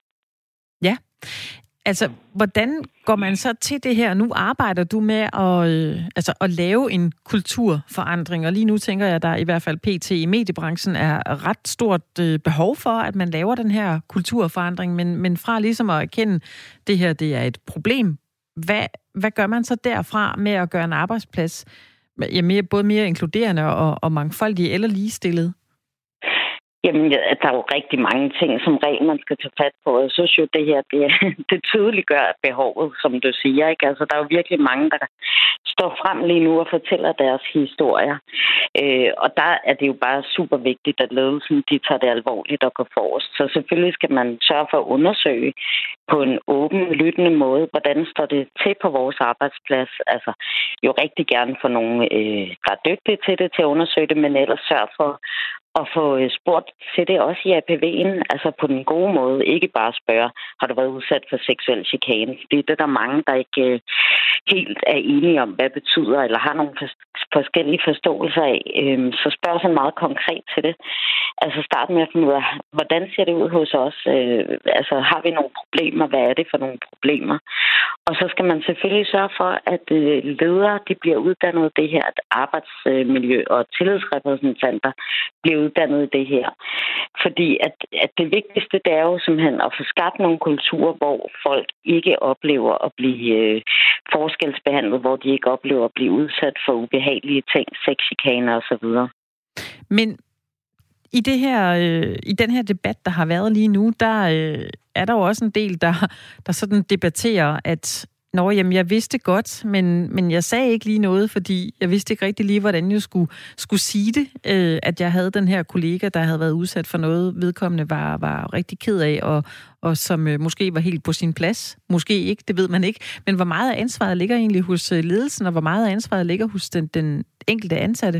S1: Ja. Altså, hvordan går man så til det her? Nu arbejder du med at, øh, altså, at lave en kulturforandring, og lige nu tænker jeg, at der i hvert fald P T i mediebranchen er ret stort øh, behov for, at man laver den her kulturforandring, men, men fra ligesom at erkende, det her det er et problem, hvad, hvad gør man så derfra med at gøre en arbejdsplads ja, mere, både mere inkluderende og, og mangfoldig eller ligestillet?
S5: Jamen, der er jo rigtig mange ting, som regel man skal tage fat på. Jeg synes jo, det her, det, det tydeliggør behovet, som du siger. Ikke? Altså, der er jo virkelig mange, der står frem lige nu og fortæller deres historier. Øh, og der er det jo bare super vigtigt, at ledelsen, de tager det alvorligt og går forrest. Så selvfølgelig skal man sørge for at undersøge på en åben, lyttende måde, hvordan står det til på vores arbejdsplads. Altså, jo rigtig gerne for nogen, øh, der er dygtige til det, til at undersøge det, men ellers sørge for og få spurgt til det også i A P V'en, altså på den gode måde. Ikke bare spørge, har du været udsat for seksuel chikane? Fordi det er der mange, der ikke øh, helt er enige om, hvad det betyder, eller har nogle fors- forskellige forståelser af. Øhm, så spørg sådan meget konkret til det. Altså start med at finde ud af, hvordan ser det ud hos os? Øh, altså har vi nogle problemer? Hvad er det for nogle problemer? Og så skal man selvfølgelig sørge for, at øh, ledere de bliver uddannet i det her, at arbejdsmiljø og tillidsrepræsentanter bliver uddannet i det her. Fordi at, at det vigtigste, det er jo simpelthen at få skabt nogle kulturer, hvor folk ikke oplever at blive øh, forskelsbehandlet, hvor de ikke oplever at blive udsat for ubehagelige ting, sexchikaner osv.
S1: Men i det her, øh, i den her debat, der har været lige nu, der øh, er der jo også en del, der, der sådan debatterer, at Nå, jamen, jeg vidste godt, men, men jeg sagde ikke lige noget, fordi jeg vidste ikke rigtig lige, hvordan jeg skulle, skulle sige det, øh, at jeg havde den her kollega, der havde været udsat for noget, vedkommende var, var rigtig ked af, og, og som øh, måske var helt på sin plads. Måske ikke, det ved man ikke. Men hvor meget af ansvaret ligger egentlig hos øh, ledelsen, og hvor meget af ansvaret ligger hos den, den enkelte ansatte?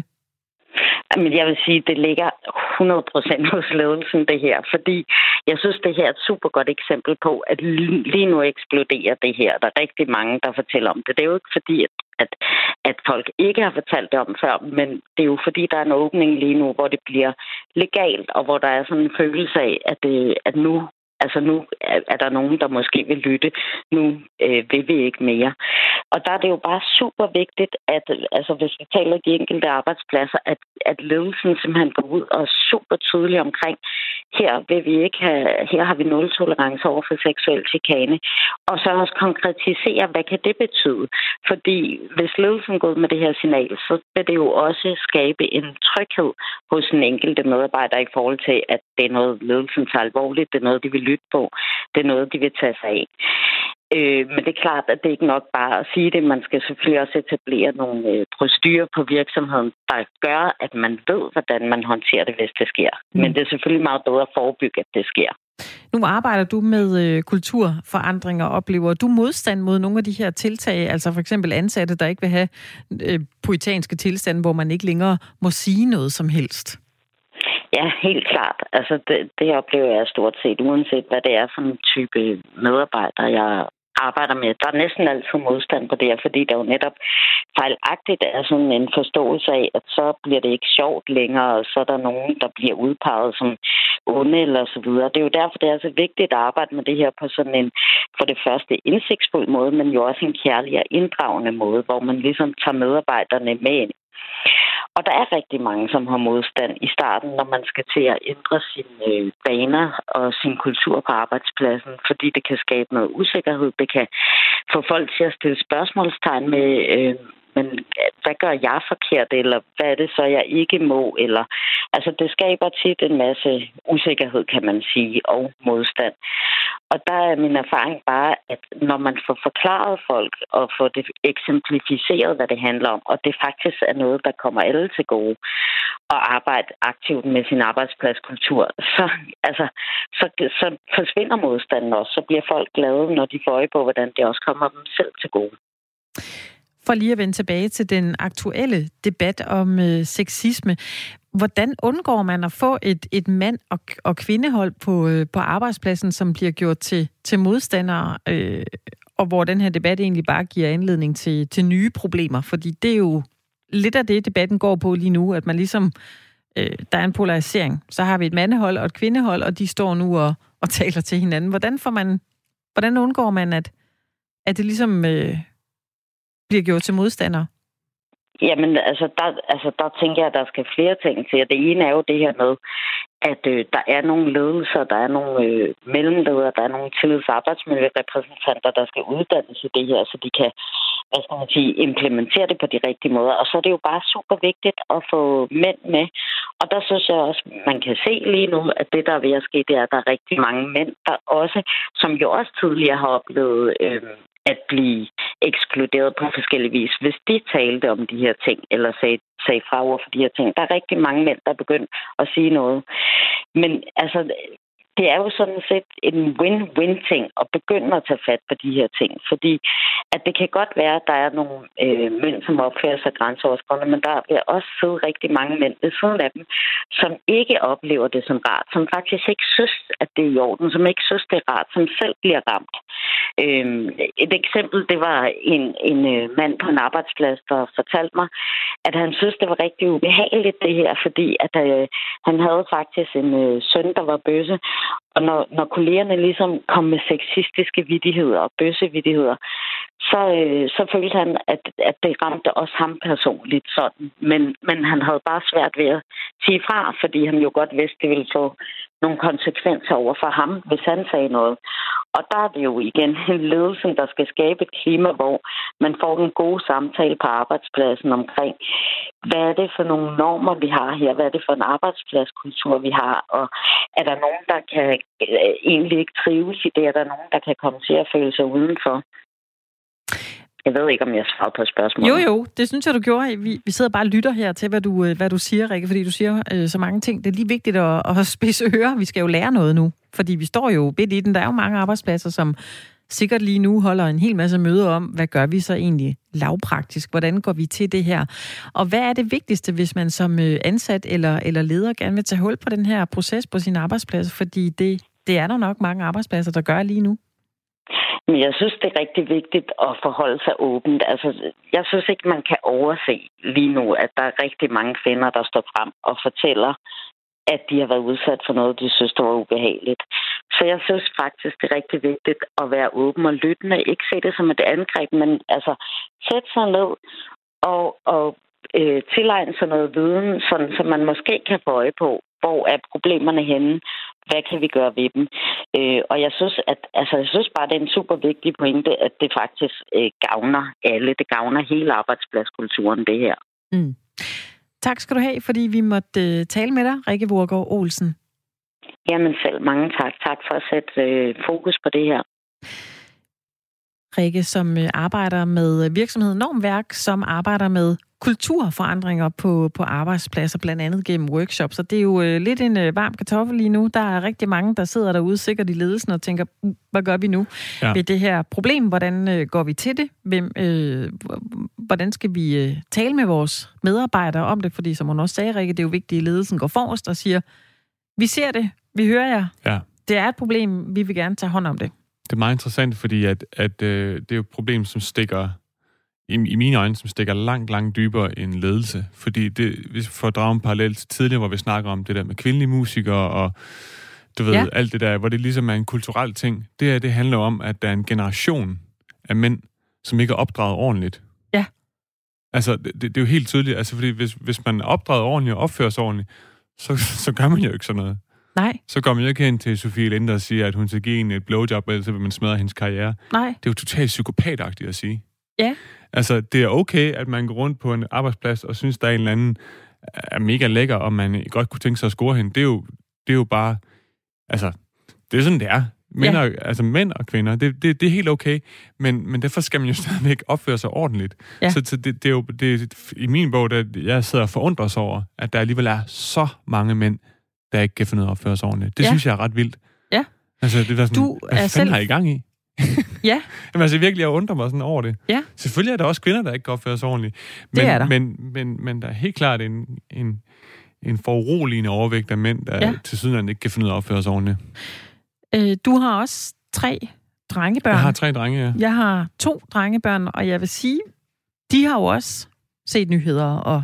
S5: Men jeg vil sige, at det ligger hundrede procent hos ledelsen, det her. Fordi jeg synes, det her er et super godt eksempel på, at lige nu eksploderer det her. Der er rigtig mange, der fortæller om det. Det er jo ikke fordi, at, at, at folk ikke har fortalt det om før, men det er jo fordi, der er en åbning lige nu, hvor det bliver legalt, og hvor der er sådan en følelse af, at, det, at nu... Altså nu er der nogen, der måske vil lytte. Nu øh, vil vi ikke mere. Og der er det jo bare super vigtigt, at altså, hvis vi taler de enkelte arbejdspladser, at, at ledelsen simpelthen går ud og er super tydelig omkring, her vil vi ikke have, her har vi nul tolerance over for seksuel chikane. Og så også konkretisere, hvad kan det betyde? Fordi hvis ledelsen går ud med det her signal, så vil det jo også skabe en tryghed hos den enkelte medarbejder i forhold til, at det er noget, ledelsen tager alvorligt, det er noget, de vil lytte på. Det er noget, de vil tage sig af. Øh, men det er klart, at det ikke nok bare at sige det. Man skal selvfølgelig også etablere nogle øh, procedurer på virksomheden, der gør, at man ved, hvordan man håndterer det, hvis det sker. Mm. Men det er selvfølgelig meget bedre at forebygge, at det sker.
S1: Nu arbejder du med øh, kulturforandringer. Oplever du modstand mod nogle af de her tiltag? Altså for eksempel ansatte, der ikke vil have øh, puritanske tilstande, hvor man ikke længere må sige noget som helst?
S5: Ja, helt klart. Altså det, det oplever jeg stort set, uanset hvad det er for en type medarbejder, jeg arbejder med. Der er næsten altid modstand på det her, fordi der jo netop fejlagtigt er sådan en forståelse af, at så bliver det ikke sjovt længere, og så er der nogen, der bliver udpeget som onde eller så videre. Det er jo derfor, det er så vigtigt at arbejde med det her på sådan en, for det første, indsigtsfuld måde, men jo også en kærlig og inddragende måde, hvor man ligesom tager medarbejderne med ind. Og der er rigtig mange, som har modstand i starten, når man skal til at ændre sine øh, vaner og sin kultur på arbejdspladsen, fordi det kan skabe noget usikkerhed. Det kan få folk til at stille spørgsmålstegn med, øh, men hvad gør jeg forkert, eller hvad er det så, jeg ikke må? Eller, altså, det skaber tit en masse usikkerhed, kan man sige, og modstand. Og der er min erfaring bare, at når man får forklaret folk og får det eksemplificeret, hvad det handler om, og det faktisk er noget, der kommer alle til gode, og arbejde aktivt med sin arbejdspladskultur, så, altså, så, så forsvinder modstanden også. Så bliver folk glade, når de får øje på, hvordan det også kommer dem selv til gode.
S1: For lige at vende tilbage til den aktuelle debat om øh, sexisme. Hvordan undgår man at få et, et mand- og, og kvindehold på, øh, på arbejdspladsen, som bliver gjort til, til modstandere, øh, og hvor den her debat egentlig bare giver anledning til, til nye problemer? Fordi det er jo lidt af det, debatten går på lige nu, at man ligesom, øh, der er en polarisering. Så har vi et mandehold og et kvindehold, og de står nu og, og taler til hinanden. Hvordan får man, hvordan undgår man, at, at det ligesom øh, bliver gjort til modstandere?
S5: Jamen, altså der, altså, der tænker jeg, at der skal flere ting til. Det ene er jo det her med, at øh, der er nogle ledelser, der er nogle øh, mellemledere, der er nogle tillids- og arbejdsmiljørepræsentanter, der skal uddannes i det her, så de kan, hvad skal man sige, implementere det på de rigtige måder. Og så er det jo bare super vigtigt at få mænd med. Og der synes jeg også, man kan se lige nu, at det, der er ved at ske, det er, at der er rigtig mange mænd, der også, som jo også tidligere har oplevet øh, at blive ekskluderet på forskellige vis, hvis de talte om de her ting, eller sagde, sagde fra over for de her ting. Der er rigtig mange mænd, der er begyndt at sige noget. Men altså, det er jo sådan set en win-win-ting at begynde at tage fat på de her ting, fordi at det kan godt være, at der er nogle øh, mænd, som opfører sig grænseoverskridende, men der vil også sidde rigtig mange mænd ved siden af dem, som ikke oplever det som rart, som faktisk ikke synes, at det er i orden, som ikke synes, det er rart, som selv bliver ramt. Øh, et eksempel, det var en, en øh, mand på en arbejdsplads, der fortalte mig, at han synes, det var rigtig ubehageligt det her, fordi at øh, han havde faktisk en øh, søn, der var bøsse. Og når, når kollegerne ligesom kom med sexistiske vittigheder og bøssevittigheder, så, øh, så følte han, at, at det ramte også ham personligt sådan. Men, men han havde bare svært ved at sige fra, fordi han jo godt vidste, det ville få nogle konsekvenser over for ham, hvis han sagde noget. Og der er det jo igen ledelsen, der skal skabe et klima, hvor man får en god samtale på arbejdspladsen omkring, hvad er det for nogle normer, vi har her? Hvad er det for en arbejdspladskultur, vi har? Og er der nogen, der kan øh, egentlig ikke trives i det? Er der nogen, der kan komme til at føle sig udenfor? Jeg ved ikke, om jeg svarer på spørgsmålet.
S1: Jo, jo, det synes jeg, du gjorde. Vi, vi sidder bare og lytter her til, hvad du, hvad du siger, Rikke, fordi du siger øh, så mange ting. Det er lige vigtigt at, at spidse ører. Vi skal jo lære noget nu, fordi vi står jo midt i den. Der er jo mange arbejdspladser, som sikkert lige nu holder en hel masse møder om, hvad gør vi så egentlig lavpraktisk? Hvordan går vi til det her? Og hvad er det vigtigste, hvis man som ansat eller, eller leder gerne vil tage hul på den her proces på sin arbejdsplads? Fordi det, det er der nok mange arbejdspladser, der gør lige nu.
S5: Men jeg synes, det er rigtig vigtigt at forholde sig åbent. Altså, jeg synes ikke, man kan overse lige nu, at der er rigtig mange kvinder, der står frem og fortæller, at de har været udsat for noget, de synes, der var ubehageligt. Så jeg synes faktisk, det er rigtig vigtigt at være åben og lyttende. Ikke se det som et angreb, men altså sætte sig ned og, og øh, tilegne sig noget viden, sådan, så man måske kan få øje på, hvor er problemerne henne, hvad kan vi gøre ved dem. Øh, og jeg synes, at, altså, jeg synes bare, det er en super vigtig pointe, at det faktisk øh, gavner alle. Det gavner hele arbejdspladskulturen, det her.
S1: Mm. Tak skal du have, fordi vi måtte øh, tale med dig, Rikke Vorgård Olsen.
S5: Jamen selv mange tak. Tak for at sætte øh, fokus på det her.
S1: Rikke, som øh, arbejder med virksomheden Normværk, som arbejder med kulturforandringer på, på arbejdspladser, blandt andet gennem workshops. Så det er jo øh, lidt en øh, varm kartoffel lige nu. Der er rigtig mange, der sidder derude, sikkert i ledelsen, og tænker, hvad gør vi nu ja. ved det her problem? Hvordan øh, går vi til det? Hvem, øh, hvordan skal vi øh, tale med vores medarbejdere om det? Fordi, som hun også sagde, Rikke, det er jo vigtigt, at ledelsen går forrest og siger, vi ser det, vi hører jer.
S2: Ja.
S1: Det er et problem, vi vil gerne tage hånd om det.
S2: Det er meget interessant, fordi at, at, øh, det er jo et problem, som stikker, i, i mine øjne, som stikker langt, langt dybere end ledelse. Fordi det, hvis vi får draget en parallel til tidligere, hvor vi snakker om det der med kvindelige musikere og du ved, ja. alt det der, hvor det ligesom er en kulturel ting. Det her, det handler om, at der er en generation af mænd, som ikke er opdraget ordentligt.
S1: Ja.
S2: Altså, det, det er jo helt tydeligt. Altså, fordi hvis, hvis man er opdraget ordentligt og opfører sig ordentligt, så, så gør man jo ikke sådan noget.
S1: Nej.
S2: Så går man jo ikke hen til Sofie Linde og siger, at hun skal give en et blowjob, eller så vil man smadre hendes karriere.
S1: Nej.
S2: Det er jo totalt psykopatagtigt at sige.
S1: Ja.
S2: Altså, det er okay, at man går rundt på en arbejdsplads og synes, der er en eller anden er mega lækker, og man godt kunne tænke sig at score hende. Det er jo, det er jo bare... Altså, det er sådan, det er. Mænd, ja. og, altså, mænd og kvinder, det, det, det er helt okay, men, men derfor skal man jo stadigvæk opføre sig ordentligt. Ja. Så, så det, det er jo... Det, i min bog, der jeg sidder og forundres over, at der alligevel er så mange mænd, der ikke kan finde ud af at opføre sig ordentligt. Det ja. synes jeg er ret vildt.
S1: Ja.
S2: Altså, det er sådan,
S1: du
S2: hvad fanden
S1: selv...
S2: har I gang i?
S1: Ja.
S2: Jamen, altså, virkelig, jeg undrer mig sådan over det.
S1: Ja.
S2: Selvfølgelig er der også kvinder, der ikke kan opføre sig ordentligt. Men,
S1: det er der.
S2: Men, men, men der er helt klart en, en, en foruroligende overvægt af mænd, der ja. til syden ikke kan finde ud af at opføre sig ordentligt.
S1: Øh, du har også tre drengebørn.
S2: Jeg har tre drenge, ja.
S1: Jeg har to drengebørn, og jeg vil sige, de har jo også set nyheder og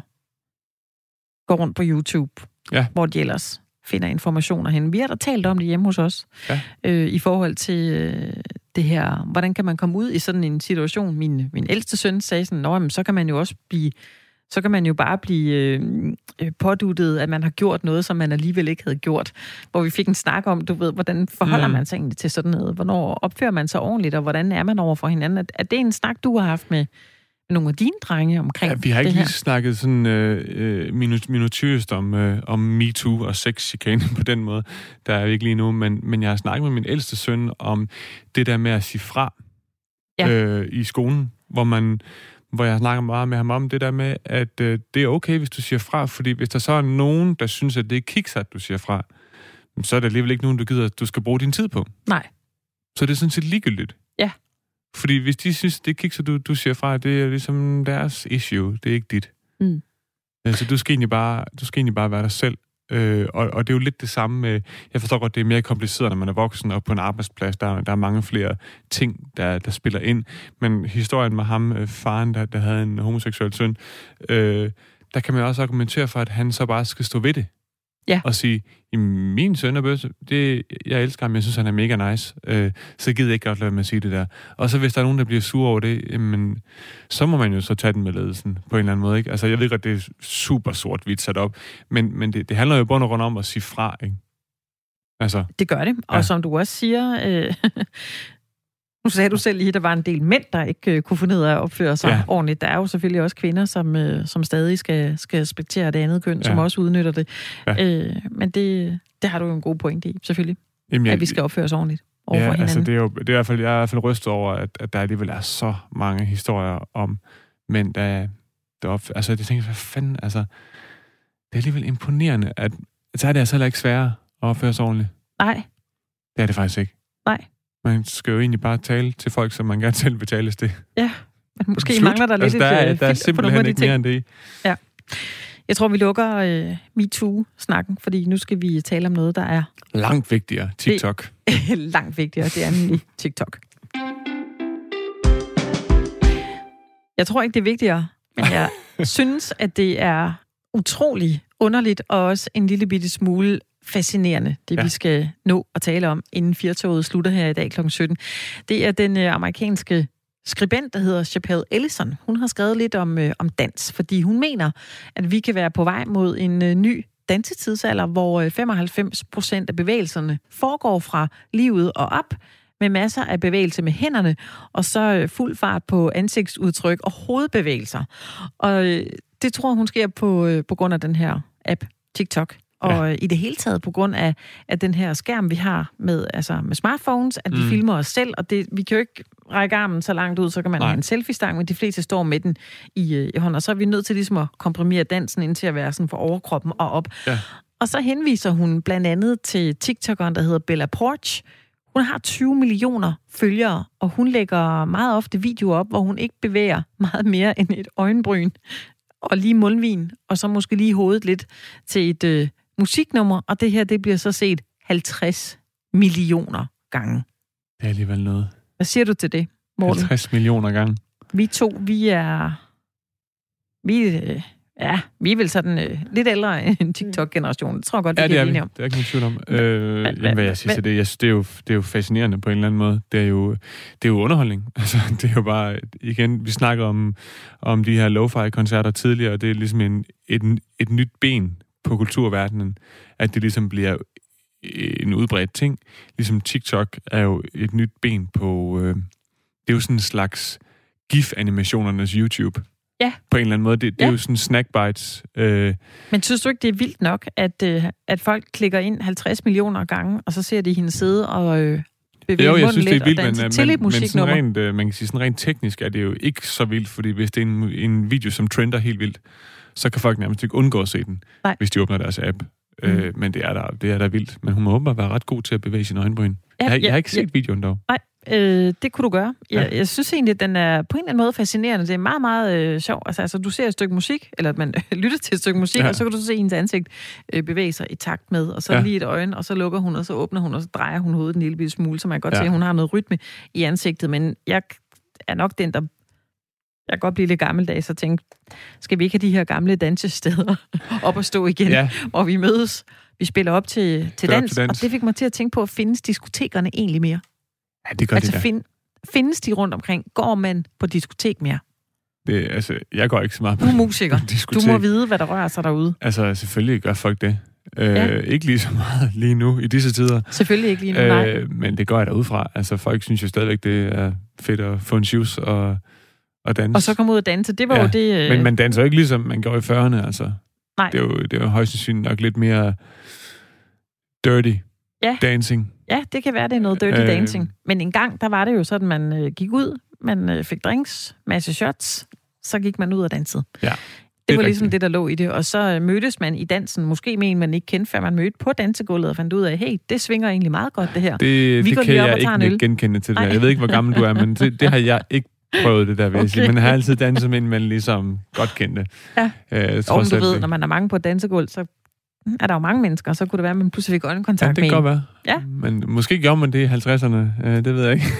S1: går rundt på YouTube,
S2: ja.
S1: hvor de ellers finder informationer hen. Vi har da talt om det hjemme hos os,
S2: ja.
S1: øh, i forhold til øh, det her, hvordan kan man komme ud i sådan en situation. Min, min ældste søn sagde sådan, nå, jamen, så kan man jo også blive, så kan man jo bare blive øh, påduttet, at man har gjort noget, som man alligevel ikke havde gjort. Hvor vi fik en snak om, du ved, hvordan forholder mm. man sig egentlig til sådan noget? Hvornår opfører man sig ordentligt, og hvordan er man over for hinanden? Er, er det en snak, du har haft med nogle af dine drenge omkring det her?
S2: Ja, vi har ikke lige snakket sådan øh, minutiøst om, øh, om MeToo og sexchikane på den måde. Der er vi ikke lige nu, men, men jeg har snakket med min ældste søn om det der med at sige fra ja. øh, i skolen, hvor man hvor jeg snakker meget med ham om det der med, at øh, det er okay, hvis du siger fra, fordi hvis der så er nogen, der synes, at det er kiks, at du siger fra, så er der alligevel ikke nogen, du gider, at du skal bruge din tid på.
S1: Nej.
S2: Så det er sådan set ligegyldigt.
S1: Ja.
S2: Fordi hvis de synes, det er kiks, at du, du siger fra, det er ligesom deres issue, det er ikke dit.
S1: Mm.
S2: Så du skal egentlig bare, du skal egentlig bare være dig selv. Øh, og, og det er jo lidt det samme med, jeg forstår godt, det er mere kompliceret, når man er voksen, og på en arbejdsplads, der, der er mange flere ting, der, der spiller ind. Men historien med ham, faren, der, der havde en homoseksuel søn, øh, der kan man også argumentere for, at han så bare skal stå ved det.
S1: Ja.
S2: Og sige, min søn er bøsse, det, jeg elsker ham, jeg synes, han er mega nice, øh, så gider jeg ikke godt lade med at sige det der. Og så hvis der er nogen, der bliver sur over det, jamen, så må man jo så tage den med ledelsen på en eller anden måde, ikke? Altså, jeg ved godt, det er super sort-hvidt sat op, men, men det, det handler jo bund og grund om at sige fra, ikke? Altså,
S1: det gør det, og ja. som du også siger, øh, nu sagde du selv lige, at der var en del mænd, der ikke øh, kunne finde ud af at opføre sig ja. ordentligt. Der er jo selvfølgelig også kvinder, som, øh, som stadig skal, skal respektere det andet køn, ja. som også udnytter det. Ja. Øh, men det, det har du jo en god pointe i, selvfølgelig. Jamen, jeg, at vi skal opføre os ordentligt over
S2: ja,
S1: for hinanden.
S2: Altså, det er jo, det er i hvert fald, jeg er i hvert fald rystet over, at, at der alligevel er så mange historier om mænd, der, der opfører... Altså, jeg tænker, hvad fanden... Altså, det er alligevel imponerende, at så er det altså heller ikke sværere at opføre sig ordentligt.
S1: Nej.
S2: Det er det faktisk ikke.
S1: Nej.
S2: Man skal jo egentlig bare tale til folk, som man gerne selv vil tales til.
S1: Ja, men måske Slut. mangler der lidt
S2: altså, der er,
S1: et
S2: der er simpelthen ikke mere end det.
S1: Ja. Jeg tror, vi lukker uh, MeToo-snakken, fordi nu skal vi tale om noget, der er...
S2: Langt vigtigere. TikTok.
S1: Langt vigtigere. Det er nemlig TikTok. Jeg tror ikke, det er vigtigere, men jeg synes, at det er utrolig underligt, og også en lille bitte smule fascinerende, det ja. vi skal nå at tale om, inden Firtoget slutter her i dag klokken sytten. Det er den øh, amerikanske skribent, der hedder Chappelle Ellison. Hun har skrevet lidt om, øh, om dans, fordi hun mener, at vi kan være på vej mod en øh, ny dansetidsalder, hvor øh, femoghalvfems procent af bevægelserne foregår fra livet og op, med masser af bevægelse med hænderne, og så øh, fuld fart på ansigtsudtryk og hovedbevægelser. Og øh, det tror hun sker på, øh, på grund af den her app, TikTok. Og ja. i det hele taget på grund af, af den her skærm, vi har med, altså med smartphones, at vi mm. filmer os selv, og det, vi kan jo ikke række armen så langt ud, så kan man Nej. have en selfie-stang, men de fleste står med den i, øh, i hånden, og så er vi nødt til ligesom at komprimere dansen ind til at være sådan for overkroppen og op. Ja. Og så henviser hun blandt andet til TikTokeren, der hedder Bella Poarch. Hun har tyve millioner følgere, og hun lægger meget ofte videoer op, hvor hun ikke bevæger meget mere end et øjenbryn og lige mundvin, og så måske lige hovedet lidt til et øh, musiknummer, og det her, det bliver så set halvtreds millioner gange.
S2: Det er alligevel noget.
S1: Hvad siger du til det, Morten?
S2: halvtreds millioner gange.
S1: Vi to, vi er... Vi, øh, ja, vi er vel sådan øh, lidt ældre end TikTok-generationen. Det tror jeg godt,
S2: ja,
S1: det,
S2: det er
S1: vi.
S2: Det er ikke nogen tvivl om. Øh, hva, jamen, hvad jeg siger til det, jeg synes, det er, jo, det er jo fascinerende på en eller anden måde. Det er jo, det er jo underholdning. Altså, det er jo bare... Igen, vi snakker om, om de her lo-fi-koncerter tidligere, og det er ligesom en, et, et nyt ben på kulturverdenen, at det ligesom bliver en udbredt ting. Ligesom TikTok er jo et nyt ben på... Øh, det er jo sådan en slags GIF-animationernes YouTube.
S1: Ja.
S2: På en eller anden måde. Det, det ja. er jo sådan snack bites. Øh.
S1: Men synes du ikke, det er vildt nok, at, øh, at folk klikker ind halvtreds millioner gange, og så ser de hende sidde og øh, bevæge
S2: jo, jeg
S1: munden
S2: synes,
S1: lidt
S2: det er vildt,
S1: og danse
S2: men,
S1: til
S2: men,
S1: et musiknummer?
S2: Men sådan rent, øh, man kan sige, sådan rent teknisk er det jo ikke så vildt, fordi hvis det er en, en video, som trender helt vildt, så kan folk nærmest ikke undgå at se den, Nej. hvis de åbner deres app. Mm. Øh, men det er, der, det er der vildt. Men hun må åbenbart være ret god til at bevæge sine øjenbryn. Ja, jeg, jeg, jeg har ikke set ja. videoen dog.
S1: Nej. Øh, det kunne du gøre. Jeg, ja. jeg synes egentlig, at den er på en eller anden måde fascinerende. Det er meget, meget øh, sjov. Altså, altså, du ser et stykke musik, eller man lytter til et stykke musik, ja. og så kan du se hendes ansigt øh, bevæge sig i takt med, og så ja. lige et øje, og så lukker hun, og så åbner hun, og så drejer hun hovedet en lille smule, så man kan godt ja. se, at hun har noget rytme i ansigtet. Men jeg er nok den, der... Jeg kan godt blive lidt gammeldags og tænke, skal vi ikke have de her gamle dansesteder op og stå igen, ja. hvor vi mødes? Vi spiller op til, til, dans, til dans, og det fik mig til at tænke på, at findes diskotekerne egentlig mere?
S2: Ja, det gør altså, det
S1: find, findes de rundt omkring? Går man på diskotek mere?
S2: Det, altså, jeg går ikke så meget på
S1: Du er musiker.
S2: diskotek.
S1: Du må vide, hvad der rører sig derude.
S2: Altså, selvfølgelig gør folk det. Øh, ja. Ikke lige så meget lige nu, i disse tider.
S1: Selvfølgelig ikke lige nu, nej.
S2: Øh, men det går jeg derudfra. Altså, folk synes jo stadigvæk, det er fedt at få en shoes og, og danse.
S1: Og så komme ud og danse. Det var ja. jo det... Øh...
S2: Men man danser jo ikke ligesom man gjorde i fyrrerne, altså.
S1: Nej.
S2: Det er jo, det er jo højst sandsynligt nok lidt mere dirty
S1: ja.
S2: dancing.
S1: Ja, det kan være, det er noget dirty øh... dancing. Men engang, der var det jo sådan, man øh, gik ud, man øh, fik drinks, masse shots, så gik man ud og dansede.
S2: Ja,
S1: det,
S2: det
S1: var
S2: rigtigt.
S1: ligesom det, der lå i det. Og så øh, mødtes man i dansen, måske med en, man ikke kendte, før man mødte på dansegulvet og fandt ud af, hey, det svinger egentlig meget godt, det her.
S2: Det,
S1: Vi
S2: det
S1: går
S2: kan
S1: lige op
S2: jeg
S1: og tager en
S2: ikke
S1: øl.
S2: genkende til det. Jeg ved ikke, hvor gammel du er, men det, det har jeg ikke prøvet, det der, vil jeg sige. Men jeg har altid danset med en, man ligesom godt kendte.
S1: Ja,
S2: øh,
S1: og du ved, når man er mange på et dansegulv, så er der jo mange mennesker, så kunne det være, at man pludselig fik øjenkontakt med
S2: en. Ja, det kan
S1: en.
S2: godt være. Ja. Men måske gjorde man det i halvtredserne. Øh, det ved jeg ikke.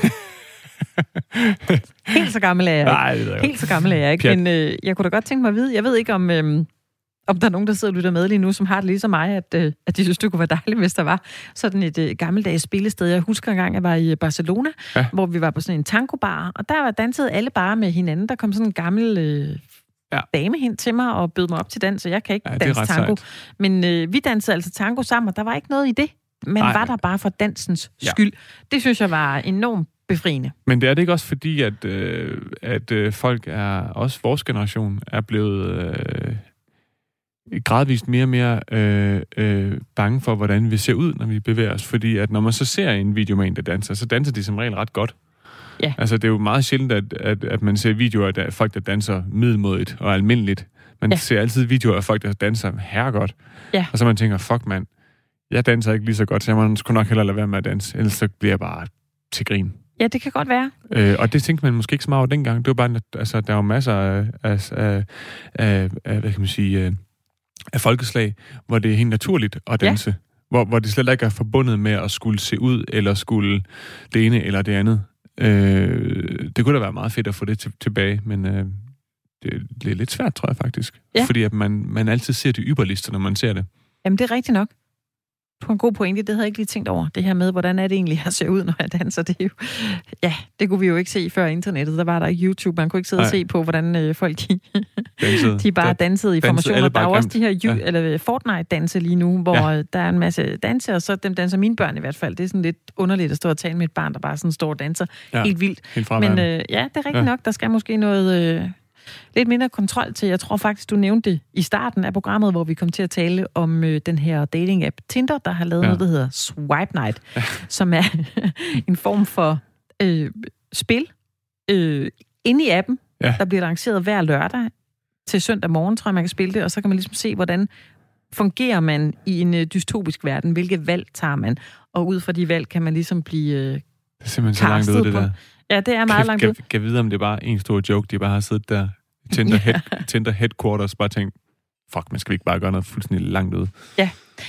S1: Helt så gammel er jeg ikke.
S2: Nej, det ved jeg
S1: Helt så gammel er jeg ikke. Pjat. Men øh, jeg kunne da godt tænke mig at vide, jeg ved ikke om... Øh, om der er nogen, der sidder og lytter med lige nu, som har det ligesom mig, at, øh, at de synes, det kunne være dejligt, hvis der var sådan et øh, gammeldags spillested. Jeg husker engang, jeg var i Barcelona, ja. hvor vi var på sådan en tangobar, og der var danset alle bare med hinanden. Der kom sådan en gammel øh, ja. dame hen til mig og bød mig op til dans, og jeg kan ikke ja, danse tango. Sejt. Men øh, vi dansede altså tango sammen, og der var ikke noget i det. Man Ej. var der bare for dansens ja. skyld. Det synes jeg var enormt befriende.
S2: Men det er det ikke også fordi, at, øh, at øh, folk er, også vores generation, er blevet... Øh, gradvist mere og mere øh, øh, bange for, hvordan vi ser ud, når vi bevæger os. Fordi at når man så ser en video med en, der danser, så danser de som regel ret godt.
S1: Ja.
S2: Altså, det er jo meget sjældent, at, at, at man ser videoer af folk, der danser middelmådigt og almindeligt. Man ja. ser altid videoer af folk, der danser herregodt.
S1: Ja.
S2: Og så man tænker, fuck mand, jeg danser ikke lige så godt, så man skulle nok hellere lade være med at danse, ellers så bliver jeg bare til grin.
S1: Ja, det kan godt være.
S2: Øh, og det tænkte man måske ikke så meget over dengang. Det var bare, altså, der var masser af, af, af, af, af hvad kan man sige... Øh, af folkeslag, hvor det er helt naturligt at danse. Ja. Hvor, hvor det slet ikke er forbundet med at skulle se ud, eller skulle det ene eller det andet. Øh, det kunne da være meget fedt at få det til, tilbage, men øh, det, det er lidt svært, tror jeg faktisk. Ja. Fordi at man, man altid ser de yberlister, når man ser det.
S1: Jamen, det er rigtigt nok. Du har en god pointe, det havde jeg ikke lige tænkt over. Det her med, hvordan er det egentlig, jeg ser ud, når jeg danser. Det er jo, ja, det kunne vi jo ikke se før internettet. Der var der ikke YouTube. Man kunne ikke sidde Nej. og se på, hvordan øh, folk de, de bare dansede i formationer. Der er jo også de her ja. eller Fortnite-danse lige nu, hvor ja. der er en masse danser, og så dem danser mine børn i hvert fald. Det er sådan lidt underligt at stå og tale med et barn, der bare sådan står og danser. Ja. Helt vildt.
S2: Helt
S1: Men øh, ja, det er rigtigt ja. nok. Der skal måske noget... Øh, lidt mindre kontrol til. Jeg tror faktisk, du nævnte det i starten af programmet, hvor vi kom til at tale om øh, den her dating-app Tinder, der har lavet ja. noget, der hedder Swipe Night, ja. som er en form for øh, spil, øh, inde i appen.
S2: Ja.
S1: Der bliver lanceret hver lørdag til søndag morgen, tror jeg, man kan spille det, og så kan man ligesom se, hvordan fungerer man i en øh, dystopisk verden, hvilke valg tager man, og ud fra de valg kan man ligesom blive øh,
S2: Det er simpelthen så langt ude, det der.
S1: Ja, det er meget
S2: kan,
S1: langt
S2: kan,
S1: ude.
S2: Kan, kan vide, om det er bare en stor joke, de bare har siddet der i Tinder, ja. head, Tinder headquarters, bare tænkt, fuck, man skal vi ikke bare gøre noget fuldstændig langt ude.
S1: Ja.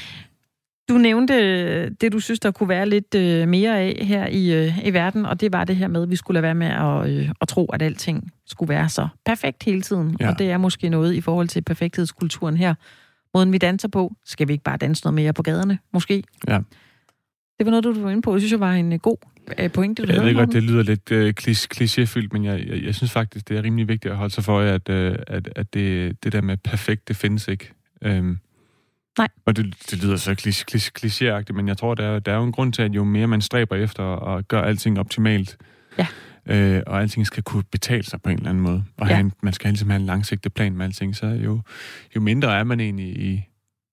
S1: Du nævnte det, du synes, der kunne være lidt øh, mere af her i, øh, i verden, og det var det her med, at vi skulle lade være med at, øh, at tro, at alting skulle være så perfekt hele tiden. Ja. Og det er måske noget i forhold til perfekthedskulturen her. Måden vi danser på, skal vi ikke bare danse noget mere på gaderne, måske?
S2: Ja.
S1: Det var noget, du var inde på. Jeg synes, jeg var en god pointe, du havde.
S2: Jeg ved godt, det lyder lidt øh, klichéfyldt, men jeg, jeg, jeg synes faktisk, det er rimelig vigtigt at holde sig for, at, øh, at, at det, det der med perfekt, det findes ikke. Øhm,
S1: Nej.
S2: Og det, det lyder så klichéagtigt, men jeg tror, der er, der er jo en grund til, at jo mere man stræber efter at gøre alting optimalt,
S1: ja.
S2: øh, og alting skal kunne betale sig på en eller anden måde, og ja. have en, man skal ligesom have en langsigtet plan med alting, så jo, jo mindre er man egentlig i,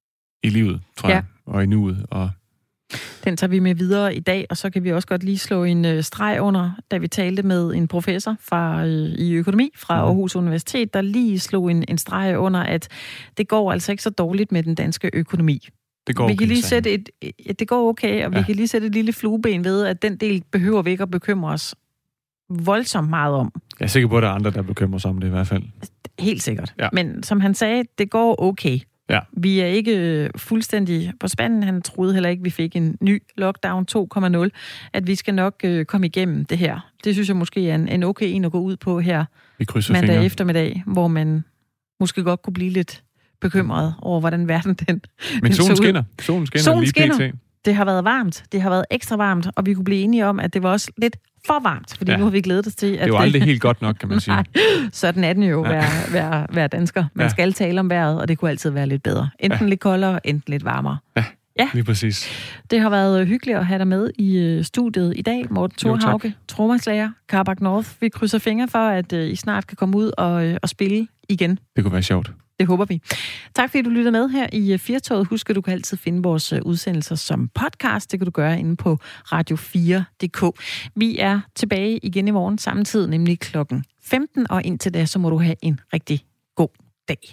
S2: i livet, tror ja. jeg, og i nuet, og
S1: den tager vi med videre i dag, og så kan vi også godt lige slå en øh, streg under, da vi talte med en professor fra, øh, i økonomi fra mm. Aarhus Universitet, der lige slog en, en streg under, at det går altså ikke så dårligt med den danske økonomi.
S2: Det går
S1: vi
S2: okay,
S1: kan lige sætte et, et, det går okay, og ja. vi kan lige sætte et lille flueben ved, at den del behøver vi ikke at bekymre os voldsomt meget om.
S2: Jeg er sikker på, at der er andre, der bekymrer sig om det i hvert fald.
S1: Helt sikkert.
S2: Ja.
S1: Men som han sagde, det går okay.
S2: Ja.
S1: Vi er ikke fuldstændig på spanden. Han troede heller ikke, vi fik en ny lockdown to punkt nul. At vi skal nok øh, komme igennem det her. Det synes jeg måske er en, en okay en at gå ud på her mandag fingre. eftermiddag, hvor man måske godt kunne blive lidt bekymret over, hvordan verden den
S2: Men solen skinner. Solen skinner
S1: solen
S2: lige
S1: skinner. Det har været varmt. Det har været ekstra varmt, og vi kunne blive enige om, at det var også lidt for varmt, fordi ja. nu har vi glædet os til, at
S2: det var aldrig helt godt nok, kan man sige.
S1: Nej, sådan er den jo, ja. være, være, være dansker. Man ja. skal tale om vejret, og det kunne altid være lidt bedre. Enten ja. lidt koldere, enten lidt varmere.
S2: Ja,
S1: ja,
S2: lige præcis.
S1: Det har været hyggeligt at have dig med i studiet i dag, Morten Thorhauge, trommeslager, Carbac North. Vi krydser fingre for, at I snart kan komme ud og, og spille igen.
S2: Det kunne være sjovt.
S1: Det håber vi. Tak fordi du lyttede med her i Firtoget. Husk, at du kan altid finde vores udsendelser som podcast. Det kan du gøre inde på radio fire punktum d k. Vi er tilbage igen i morgen samme tid, nemlig klokken femten. Og indtil da, så må du have en rigtig god dag.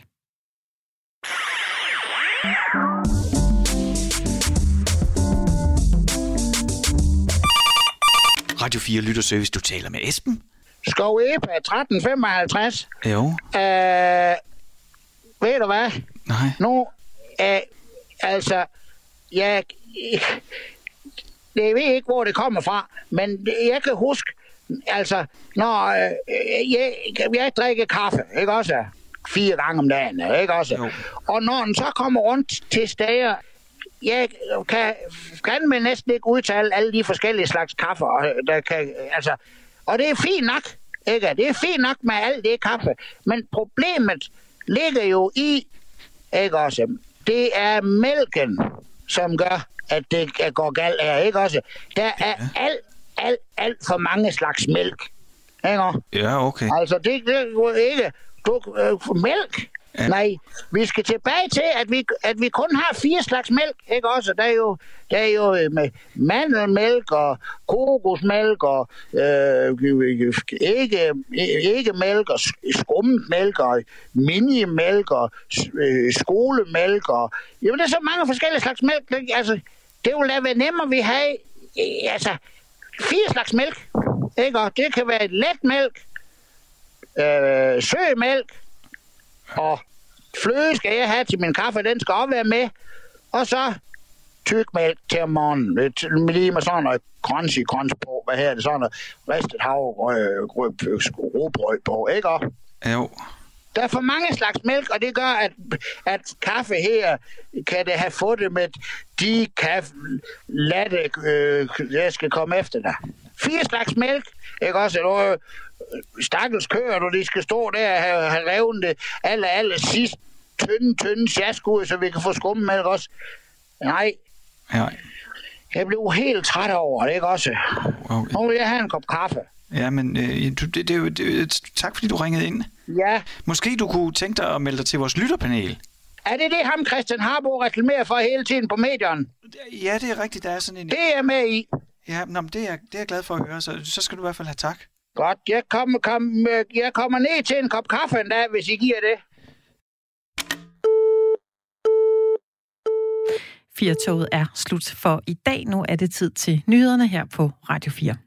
S6: Radio fire Lytterservice, du taler med Esben.
S7: Skov Epa tretten femoghalvtreds.
S6: Jo.
S7: Øh, ved du hvad?
S6: Nej.
S7: Nu, øh, altså, jeg, jeg ved ikke, hvor det kommer fra, men jeg kan huske, altså, når øh, jeg, jeg drikker kaffe, ikke også? Fire gange om dagen, ikke også? Jo. Og når den så kommer rundt til steder, jeg kan, kan man næsten ikke udtale alle de forskellige slags kaffer, der kan, altså, og det er fint nok, ikke? Det er fint nok med alt det kaffe, men problemet ligger jo i, ikke også, det er mælken, som gør, at det går galt her, ikke også? Der er alt, alt, alt for mange slags mælk, ikke?
S6: Ja, okay.
S7: Altså, det, det er ikke, du, øh, mælk, ja. Nej, vi skal tilbage til, at vi, at vi kun har fire slags mælk, ikke også? Der er jo, der er jo med mandelmælk og kokosmælk og øh, ikke, ikke mælk og skummet mælk og minimælk og øh, skolemælk og jamen, der er så mange forskellige slags mælk. Altså, det vil da være nemmere, vi har øh, altså, fire slags mælk, ikke? Og det kan være letmælk, øh, sømælk, og fløde skal jeg have til min kaffe, den skal også være med. Og så tykmælk til om morgenen, lige med sådan noget crunchy crunch på, hvad her er det, sådan noget ristet havregrød på, ikke?
S6: Jo.
S7: Der er for mange slags mælk, og det gør, at, at kaffe her kan det have fået det med decaf latte, øh, jeg skal komme efter dig. Fire slags mælk, ikke også? Og stakkels køer, når de skal stå der og have, have revet det aller, aller sidst tynde, tynde sjask ud, så vi kan få skummemælk også. Nej.
S6: Ja.
S7: Jeg blev helt træt over det, ikke også?
S6: Okay.
S7: Nu vil jeg have en kop kaffe.
S6: Ja, men øh, det, det, det, det, tak fordi du ringede ind.
S7: Ja.
S6: Måske du kunne tænke dig at melde dig til vores lytterpanel.
S7: Er det det, ham Christian Harbo reklamerer for hele tiden på medierne?
S6: Ja, det er rigtigt, der er sådan en...
S7: Det er jeg med i.
S6: Ja, nå, men det, er, det er jeg glad for at høre, så, så skal du i hvert fald have tak.
S7: Godt, jeg kommer, kom, jeg kommer ned til en kop kaffe en dag, hvis I giver det.
S1: Firtoget er slut for i dag. Nu er det tid til nyhederne her på Radio fire.